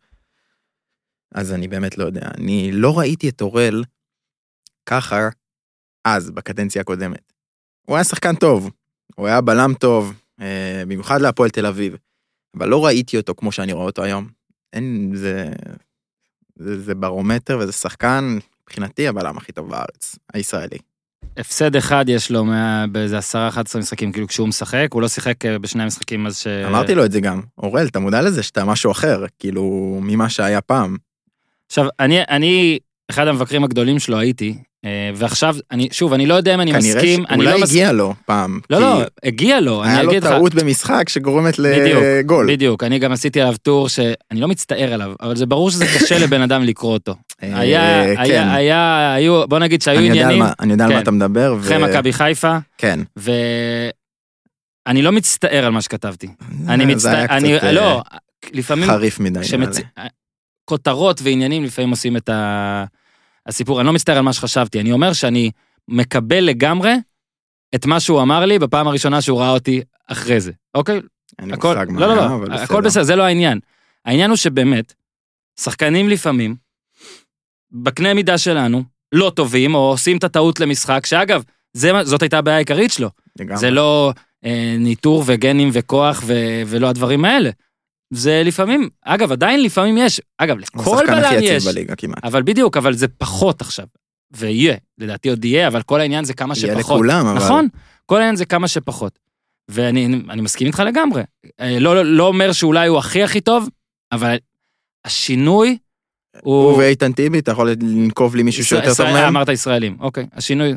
אז אני באמת לא יודע. אני לא ראיתי את אורל ככה, אז, בקדנציה הקודמת. הוא היה שחקן טוב, הוא היה בלם טוב, במיוחד להפועל תל אביב, אבל לא ראיתי אותו כמו שאני רואה אותו היום. אין, זה, זה, זה ברומטר וזה שחקן, מבחינתי הבלם הכי טוב בארץ, הישראלי. הפסד אחד יש לו באיזה עשרה אחד עשרה משחקים, כאילו כשהוא משחק, הוא לא שיחק בשני המשחקים אז ש... אמרתי לו את זה גם, אורל, אתה מודע לזה שאתה משהו אחר, כאילו ממה שהיה פעם. עכשיו, אני, אני אחד המבקרים הגדולים שלו הייתי, ועכשיו, אני, שוב, אני לא יודע אם אני מסכים, אני לא מסכים. אולי הגיע לו פעם. לא, לא, הגיע לו. היה לו טעות במשחק שגורמת לגול. בדיוק, אני גם עשיתי עליו טור שאני לא מצטער עליו, אבל זה ברור שזה קשה לבן אדם לקרוא אותו. היה, היה, היה, היו, בוא נגיד שהיו עניינים. אני יודע על מה אתה מדבר. אחרי מכבי חיפה. כן. ואני לא מצטער על מה שכתבתי. אני מצטער, אני, לא, לפעמים. חריף מדי. כותרות ועניינים לפעמים עושים את ה... הסיפור, אני לא מצטער על מה שחשבתי, אני אומר שאני מקבל לגמרי את מה שהוא אמר לי בפעם הראשונה שהוא ראה אותי אחרי זה, אוקיי? אני מושג מה, לא, לא, לא, הכל בסדר, זה לא העניין. העניין הוא שבאמת, שחקנים לפעמים, בקנה מידה שלנו, לא טובים, או עושים את הטעות למשחק, שאגב, זאת הייתה הבעיה העיקרית שלו. זה לא ניטור וגנים וכוח ולא הדברים האלה. זה לפעמים, אגב, עדיין לפעמים יש, אגב, לכל בלם יש, אבל בדיוק, אבל זה פחות עכשיו, ויהיה, לדעתי עוד יהיה, אבל כל העניין זה כמה שפחות. יהיה לכולם, אבל... נכון, כל העניין זה כמה שפחות, ואני אני מסכים איתך לגמרי, לא, לא אומר שאולי הוא הכי הכי טוב, אבל השינוי הוא... הוא ואיתן טיבי, אתה יכול לנקוב לי מישהו שיותר טוב מהם? אמרת ישראלים, אוקיי, השינוי...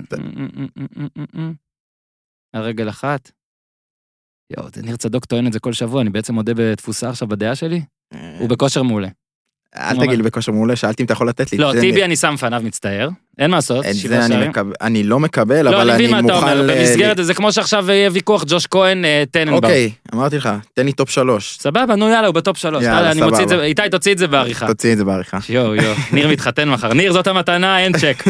הרגל אחת. יואו, ניר צדוק טוען את זה כל שבוע, אני בעצם מודה בתפוסה עכשיו בדעה שלי, הוא בכושר מעולה. אל תגיד לי בכושר מעולה, שאלתי אם אתה יכול לתת לי. לא, טיבי אני שם פניו מצטער, אין מה לעשות, את זה אני, מקב... אני לא מקבל, לא, אבל אני, אני מוכן... ל... במסגרת ל... זה כמו שעכשיו יהיה ויכוח ג'וש כהן, טננבאום. אוקיי, אמרתי לך, תן לי טופ שלוש. סבבה, נו יאללה, הוא בטופ שלוש. יאללה, אני מוציא את זה, איתי תוציא את זה בעריכה. תוציא את זה בעריכה. יו, יו, ניר מתחתן מחר. ניר, זאת המתנה, אין צ'ק.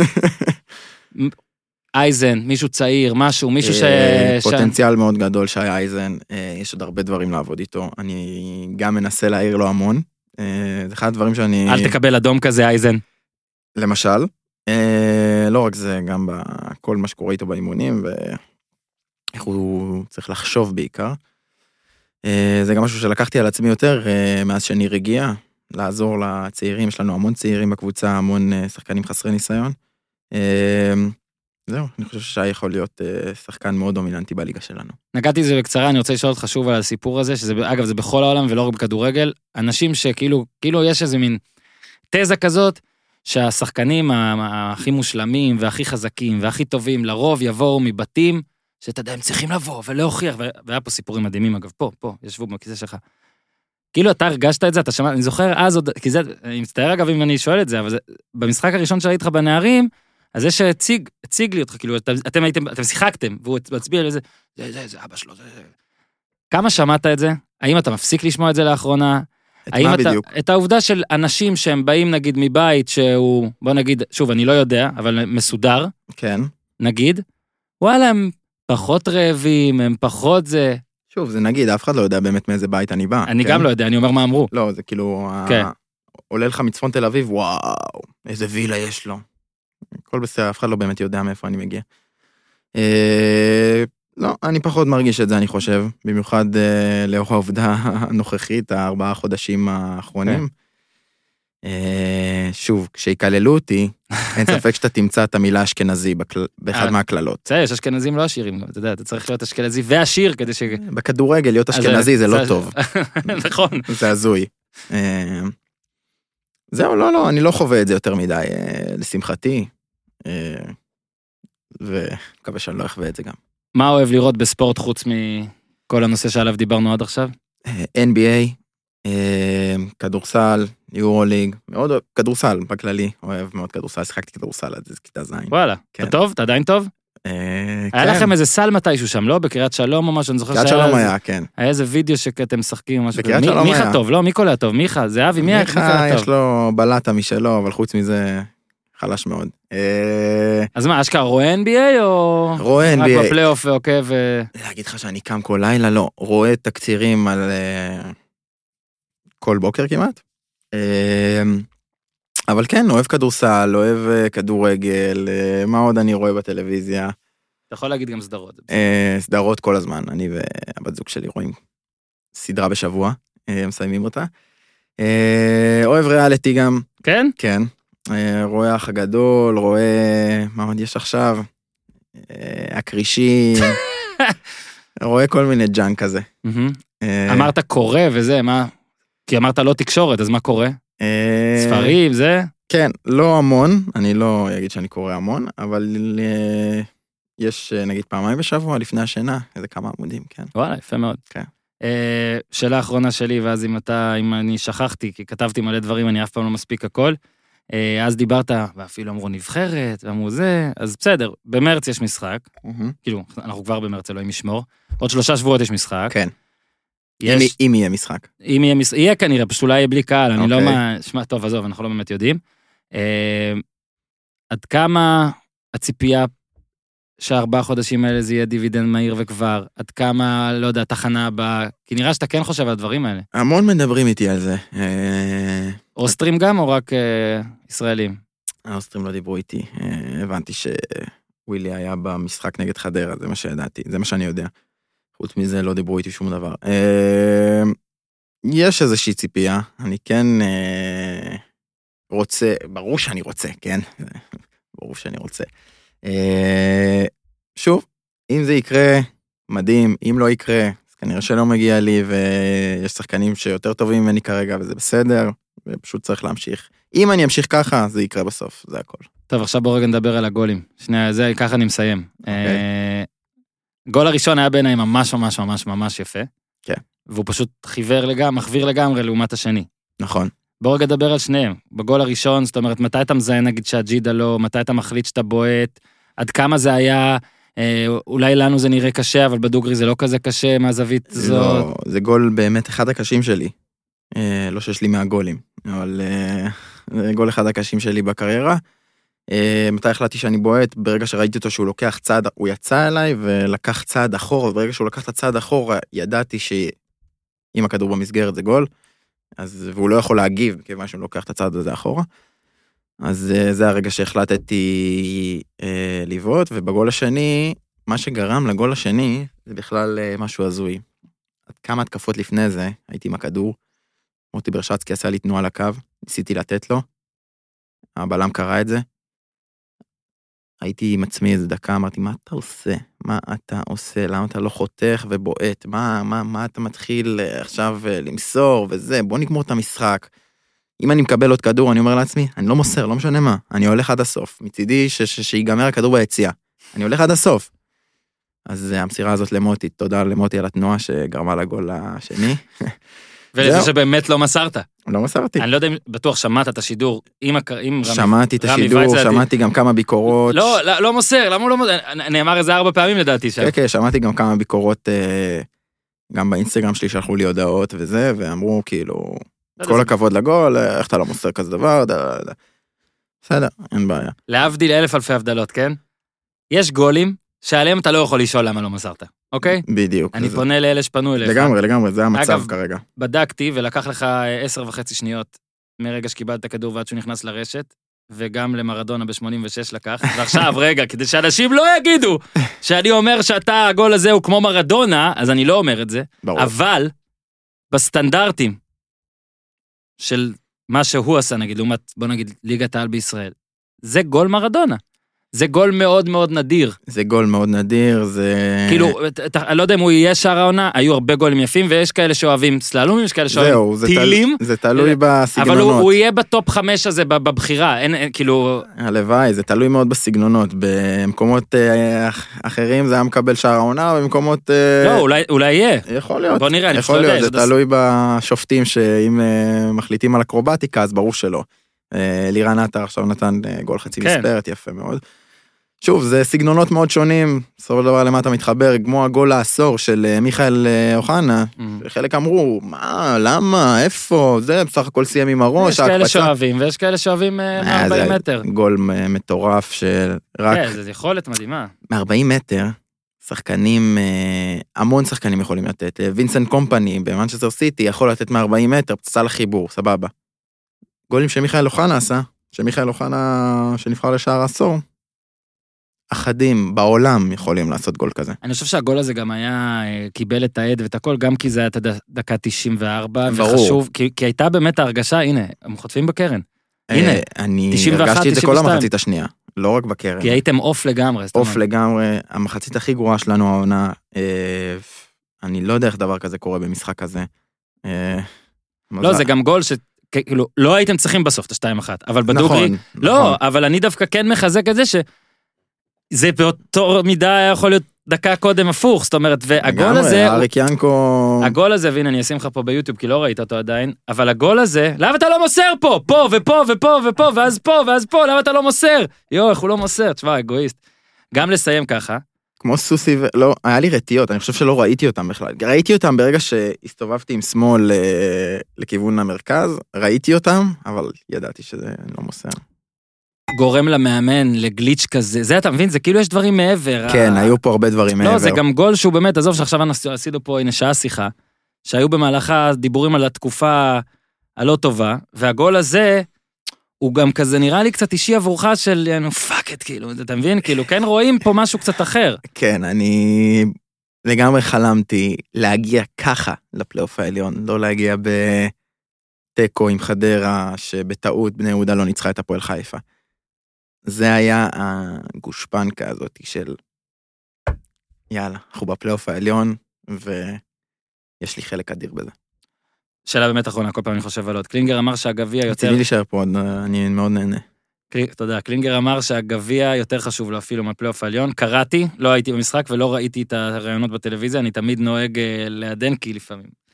אייזן, מישהו צעיר, משהו, מישהו ש... פוטנציאל מאוד גדול שי אייזן, יש עוד הרבה דברים לעבוד איתו, אני גם מנסה להעיר לו המון, זה אחד הדברים שאני... אל תקבל אדום כזה אייזן. למשל, לא רק זה, גם בכל מה שקורה איתו באימונים, ואיך הוא צריך לחשוב בעיקר, זה גם משהו שלקחתי על עצמי יותר, מאז שניר הגיע, לעזור לצעירים, יש לנו המון צעירים בקבוצה, המון שחקנים חסרי ניסיון, זהו, אני חושב ששי יכול להיות שחקן מאוד דומיננטי בליגה שלנו. נגעתי זה בקצרה, אני רוצה לשאול אותך שוב על הסיפור הזה, שזה, אגב, זה בכל העולם ולא רק בכדורגל, אנשים שכאילו, כאילו יש איזה מין תזה כזאת, שהשחקנים הכי מושלמים והכי חזקים והכי טובים, לרוב יבואו מבתים, שאתה יודע, הם צריכים לבוא ולהוכיח, והיה פה סיפורים מדהימים, אגב, פה, פה, ישבו בכיסא שלך. כאילו אתה הרגשת את זה, אתה שמע, אני זוכר אז עוד, כי זה, אני מצטער אגב אם אני שואל את זה, אבל זה, במשחק הראשון שראיתי לך בנערים, אז זה שהציג, הציג לי אותך, כאילו, אתם, אתם הייתם, אתם שיחקתם, והוא מצביע על זה, זה, זה, זה, אבא שלו, זה, זה. כמה שמעת את זה? האם אתה מפסיק לשמוע את זה לאחרונה? את מה אתה, בדיוק? את העובדה של אנשים שהם באים, נגיד, מבית שהוא, בוא נגיד, שוב, אני לא יודע, אבל מסודר. כן. נגיד, וואלה, הם פחות רעבים, הם פחות זה. שוב, זה נגיד, אף אחד לא יודע באמת מאיזה בית אני בא. אני כן? גם לא יודע, אני אומר מה אמרו. לא, זה כאילו, כן. ה... עולה לך מצפון תל אביב, וואו, איזה וילה יש לו. כל בסדר, אף אחד לא באמת יודע מאיפה אני מגיע. אה, לא, אני פחות מרגיש את זה, אני חושב, במיוחד אה, לאור העובדה הנוכחית, הארבעה חודשים האחרונים. אה, שוב, כשהיקללו אותי, אין ספק שאתה תמצא את המילה אשכנזי בכל... באחד מהכללות. זה, יש אשכנזים לא עשירים, אתה יודע, אתה צריך להיות אשכנזי ועשיר כדי ש... בכדורגל, להיות אשכנזי זה לא טוב. נכון. זה הזוי. זהו, לא, לא, אני לא חווה את זה יותר מדי, לשמחתי, ומקווה שאני לא אחווה את זה גם. מה אוהב לראות בספורט חוץ מכל הנושא שעליו דיברנו עד עכשיו? אן בי איי, כדורסל, יורוליג, מאוד אוהב, כדורסל בכללי, אוהב מאוד כדורסל, שיחקתי כדורסל עד כיתה זין. וואלה, אתה טוב? אתה עדיין טוב? היה לכם איזה סל מתישהו שם, לא? בקריית שלום או משהו, אני זוכר שהיה... קריית שלום היה, כן. היה איזה וידאו שאתם משחקים או משהו. בקריית שלום היה. מיכה טוב, לא? מי קולה טוב? מיכה, זה אבי, מי מיכה יש לו בלטה משלו, אבל חוץ מזה חלש מאוד. אז מה, אשכרה רואה אן בי איי או... רואה אן בי איי. רק בפלייאוף ועוקב ו... להגיד לך שאני קם כל לילה, לא. רואה תקצירים על כל בוקר כמעט. אבל כן, אוהב כדורסל, אוהב כדורגל, מה עוד אני רואה בטלוויזיה? אתה יכול להגיד גם סדרות. סדרות כל הזמן, אני והבת זוג שלי רואים סדרה בשבוע, מסיימים אותה. אוהב ריאליטי גם. כן? כן. רואה אח הגדול, רואה, מה עוד יש עכשיו? הקרישים, רואה כל מיני ג'אנק כזה. אמרת קורא וזה, מה? כי אמרת לא תקשורת, אז מה קורה? ספרים, זה? כן, לא המון, אני לא אגיד שאני קורא המון, אבל יש נגיד פעמיים בשבוע לפני השינה, איזה כמה עמודים, כן. וואלה, יפה מאוד. כן. שאלה האחרונה שלי, ואז אם אתה, אם אני שכחתי, כי כתבתי מלא דברים, אני אף פעם לא מספיק הכל, אז דיברת, ואפילו אמרו נבחרת, ואמרו זה, אז בסדר, במרץ יש משחק, כאילו, אנחנו כבר במרץ, אלוהים ישמור, עוד שלושה שבועות יש משחק. כן. יש... אם יהיה משחק. אם יהיה משחק, יהיה כנראה, פשוט אולי יהיה בלי קהל, אני לא מה, שמע, טוב, עזוב, אנחנו לא באמת יודעים. עד כמה הציפייה שהארבעה חודשים האלה זה יהיה דיבידנד מהיר וכבר, עד כמה, לא יודע, תחנה הבאה, כי נראה שאתה כן חושב על הדברים האלה. המון מדברים איתי על זה. אוסטרים גם או רק ישראלים? האוסטרים לא דיברו איתי, הבנתי שווילי היה במשחק נגד חדרה, זה מה שידעתי, זה מה שאני יודע. חוץ מזה לא דיברו איתי שום דבר. יש איזושהי ציפייה, אני כן רוצה, ברור שאני רוצה, כן? ברור שאני רוצה. שוב, אם זה יקרה, מדהים, אם לא יקרה, אז כנראה שלא מגיע לי, ויש שחקנים שיותר טובים ממני כרגע, וזה בסדר, ופשוט צריך להמשיך. אם אני אמשיך ככה, זה יקרה בסוף, זה הכל. טוב, עכשיו בוא רגע נדבר על הגולים. שנייה, זה, ככה אני מסיים. גול הראשון היה בעיניי ממש ממש ממש ממש יפה. כן. והוא פשוט חיוור לגמרי, מחוויר לגמרי לעומת השני. נכון. בואו רגע דבר על שניהם. בגול הראשון, זאת אומרת, מתי אתה מזהה נגיד שהג'ידה לא, מתי אתה מחליט שאתה בועט, עד כמה זה היה, אה, אולי לנו זה נראה קשה, אבל בדוגרי זה לא כזה קשה מהזווית זאת. לא, זה גול באמת אחד הקשים שלי. אה, לא שיש לי מהגולים, אבל אה, זה גול אחד הקשים שלי בקריירה. אה, מתי החלטתי שאני בועט, ברגע שראיתי אותו שהוא לוקח צעד, הוא יצא אליי ולקח צעד אחורה, וברגע שהוא לקח את הצעד אחורה, ידעתי שאם הכדור במסגרת זה גול, אז, והוא לא יכול להגיב, כיוון שהוא לוקח את הצעד הזה אחורה. אז זה הרגע שהחלטתי אה, לבעוט, ובגול השני, מה שגרם לגול השני, זה בכלל אה, משהו הזוי. כמה התקפות לפני זה, הייתי עם הכדור, מוטי ברשצקי עשה לי תנועה לקו, ניסיתי לתת לו, הבלם קרא את זה, הייתי עם עצמי איזה דקה, אמרתי, מה אתה עושה? מה אתה עושה? למה אתה לא חותך ובועט? מה, מה, מה אתה מתחיל עכשיו למסור וזה? בוא נגמור את המשחק. אם אני מקבל עוד כדור, אני אומר לעצמי, אני לא מוסר, לא משנה מה, אני הולך עד הסוף. מצידי ש- ש- שיגמר הכדור ביציאה. אני הולך עד הסוף. אז המסירה הזאת למוטי, תודה למוטי על התנועה שגרמה לגול השני. ולזה שבאמת לא מסרת. לא מסרתי. אני לא יודע אם בטוח שמעת את השידור עם רמי. שמעתי את השידור, שמעתי גם כמה ביקורות. לא, לא מוסר, למה הוא לא מוסר? נאמר איזה ארבע פעמים לדעתי שם. כן, כן, שמעתי גם כמה ביקורות, גם באינסטגרם שלי שלחו לי הודעות וזה, ואמרו כאילו, כל הכבוד לגול, איך אתה לא מוסר כזה דבר, בסדר, אין בעיה. להבדיל אלף אלפי הבדלות, כן? יש גולים שעליהם אתה לא יכול לשאול למה לא מסרת, אוקיי? בדיוק. אני פונה לאלה שפנו אליך. לגמרי, לגמרי, זה המצב כרגע. בדקתי ולקח לך עשר וחצי שניות מרגע שקיבלת כדור ועד שהוא נכנס לרשת, וגם למרדונה ב-שמונים ושש לקח, ועכשיו רגע, כדי שאנשים לא יגידו שאני אומר שאתה, הגול הזה הוא כמו מרדונה, אז אני לא אומר את זה, ברור. אבל בסטנדרטים של מה שהוא עשה, נגיד, לעומת, בוא נגיד, ליגת העל בישראל, זה גול מרדונה. זה גול מאוד מאוד נדיר. זה גול מאוד נדיר, זה... כאילו, אני לא יודע אם הוא יהיה שער העונה, היו הרבה גולים יפים, ויש כאלה שאוהבים סללומים, יש כאלה שאוהבים טילים. זה תלוי בסגנונות. אבל הוא יהיה בטופ חמש הזה בבחירה, אין, כאילו... הלוואי, זה תלוי מאוד בסגנונות. במקומות אחרים זה היה מקבל שער העונה, ובמקומות... לא, אולי יהיה. יכול להיות. בוא נראה, אני יכול להיות, זה תלוי בשופטים שאם מחליטים על אקרובטיקה, אז ברור שלא. לירן עטר עכשיו נתן גול חצי מספרת, יפה מאוד. שוב, זה סגנונות מאוד שונים, בסופו של דבר למה אתה מתחבר, כמו הגול העשור של מיכאל אוחנה, חלק אמרו, מה, למה, איפה, זה בסך הכל סיים עם הראש, יש כאלה שאוהבים, ויש כאלה שאוהבים מ-ארבעים מטר. גול מטורף של רק... כן, זה יכולת מדהימה. מ-ארבעים מטר, שחקנים, המון שחקנים יכולים לתת, וינסנט קומפני במנצ'סטר סיטי יכול לתת מ-ארבעים מטר, פצצה לחיבור, סבבה. גולים שמיכאל אוחנה עשה, שמיכאל אוחנה שנבחר לשער העשור, אחדים בעולם יכולים לעשות גול כזה. אני חושב שהגול הזה גם היה, קיבל את העד ואת הכל, גם כי זה היה את הדקה תשעים וארבע, ברור. וחשוב, כי, כי הייתה באמת ההרגשה, הנה, הם חוטפים בקרן. הנה, אני הרגשתי את זה כל המחצית השנייה, לא רק בקרן. כי הייתם אוף לגמרי. אוף לגמרי, המחצית הכי גרועה שלנו העונה, אני לא יודע איך דבר כזה קורה במשחק כזה. לא, זה גם גול ש... כאילו, לא הייתם צריכים בסוף את השתיים אחת, אבל בדוגרי, נכון, לא, נכון. אבל אני דווקא כן מחזק את זה שזה באותו מידה יכול להיות דקה קודם הפוך, זאת אומרת, והגול הזה, אריק ינקו... הגול הזה, והנה אני אשים לך פה ביוטיוב, כי לא ראית אותו עדיין, אבל הגול הזה, למה אתה לא מוסר פה? פה ופה ופה ופה, ואז פה ואז פה, למה אתה לא מוסר? יו, איך הוא לא מוסר? תשמע, אגואיסט. גם לסיים ככה. כמו סוסי, ו... לא, היה לי רטיות, אני חושב שלא ראיתי אותם בכלל. ראיתי אותם ברגע שהסתובבתי עם שמאל לכיוון המרכז, ראיתי אותם, אבל ידעתי שזה לא מוסר. גורם למאמן, לגליץ' כזה, זה אתה מבין, זה כאילו יש דברים מעבר. כן, היו פה הרבה דברים מעבר. לא, זה גם גול שהוא באמת, עזוב שעכשיו עשינו פה, הנה שעה שיחה, שהיו במהלכה דיבורים על התקופה הלא טובה, והגול הזה, הוא גם כזה נראה לי קצת אישי עבורך של, נו, פאק את, כאילו, אתה מבין? כאילו, כן רואים פה משהו קצת אחר. כן, אני לגמרי חלמתי להגיע ככה לפלייאוף העליון, לא להגיע בטקו עם חדרה, שבטעות בני יהודה לא ניצחה את הפועל חיפה. זה היה הגושפנקה הזאת של, יאללה, אנחנו בפלייאוף העליון, ויש לי חלק אדיר בזה. שאלה באמת אחרונה, כל פעם אני חושב על עוד. קלינגר אמר שהגביע יותר... רציתי להישאר פה, אני מאוד נהנה. תודה, קלינגר אמר שהגביע יותר חשוב לו אפילו מהפלייאוף העליון. קראתי, לא הייתי במשחק ולא ראיתי את הרעיונות בטלוויזיה, אני תמיד נוהג לעדן כי לפעמים.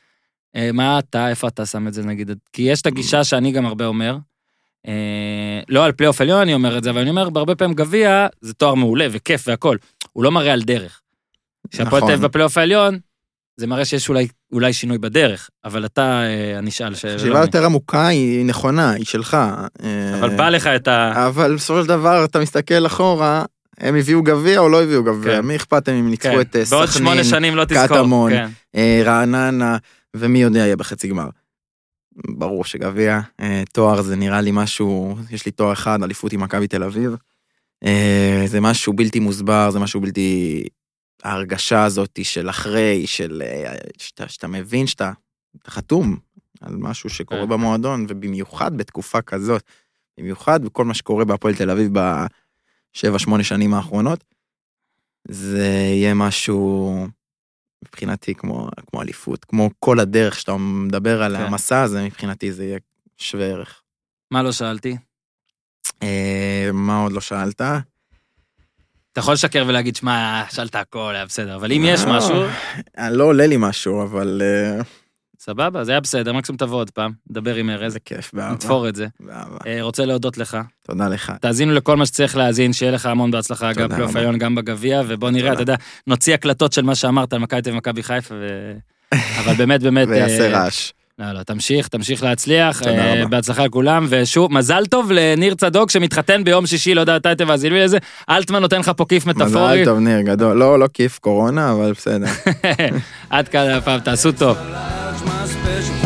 מה אתה, איפה אתה שם את זה נגיד? כי יש את הגישה שאני גם הרבה אומר, לא על פלייאוף עליון אני אומר את זה, אבל אני אומר, בהרבה פעמים גביע, זה תואר מעולה וכיף והכל, הוא לא מראה על דרך. כשהפועל תל אביב בפלייאוף העליון, זה מראה שיש אולי, אולי שינוי בדרך, אבל אתה, אני שאל ש... שאלה יותר עמוקה היא נכונה, היא שלך. אבל בא לך את ה... אבל בסופו של דבר, אתה מסתכל אחורה, הם הביאו גביע או לא הביאו גביע? מי אכפת אם ניצחו את סכנין, קטמון, רעננה, ומי יודע יהיה בחצי גמר. ברור שגביע, תואר זה נראה לי משהו, יש לי תואר אחד, אליפות עם מכבי תל אביב, זה משהו בלתי מוסבר, זה משהו בלתי... ההרגשה הזאת של אחרי, של שאתה, שאתה מבין שאתה חתום על משהו שקורה במועדון, ובמיוחד בתקופה כזאת, במיוחד בכל מה שקורה בהפועל תל אביב בשבע, שמונה שנים האחרונות, זה יהיה משהו מבחינתי כמו, כמו אליפות, כמו כל הדרך שאתה מדבר על המסע הזה, מבחינתי זה יהיה שווה ערך. מה לא שאלתי? מה עוד לא שאלת? אתה יכול לשקר ולהגיד, שמה, שאלת הכל, היה בסדר, אבל אם יש משהו... לא עולה לי משהו, אבל... סבבה, זה היה בסדר, מקסימום תבוא עוד פעם, דבר עם ארז. זה כיף, באהבה. נתפור את זה. באהבה. רוצה להודות לך. תודה לך. תאזינו לכל מה שצריך להאזין, שיהיה לך המון בהצלחה, גם פלייאוף העליון, גם בגביע, ובוא נראה, אתה יודע, נוציא הקלטות של מה שאמרת על מכבי תל אביב ומכבי חיפה, אבל באמת, באמת... ויעשה רעש. לא, לא, תמשיך, תמשיך להצליח, בהצלחה לכולם, ושוב, מזל טוב לניר צדוק שמתחתן ביום שישי, לא יודע, אתה תבוא, אז ילבי לזה, אלטמן נותן לך פה כיף מטאפורי. מזל טוב ניר, גדול, לא, לא כיף קורונה, אבל בסדר. עד כאן הפעם, תעשו טוב.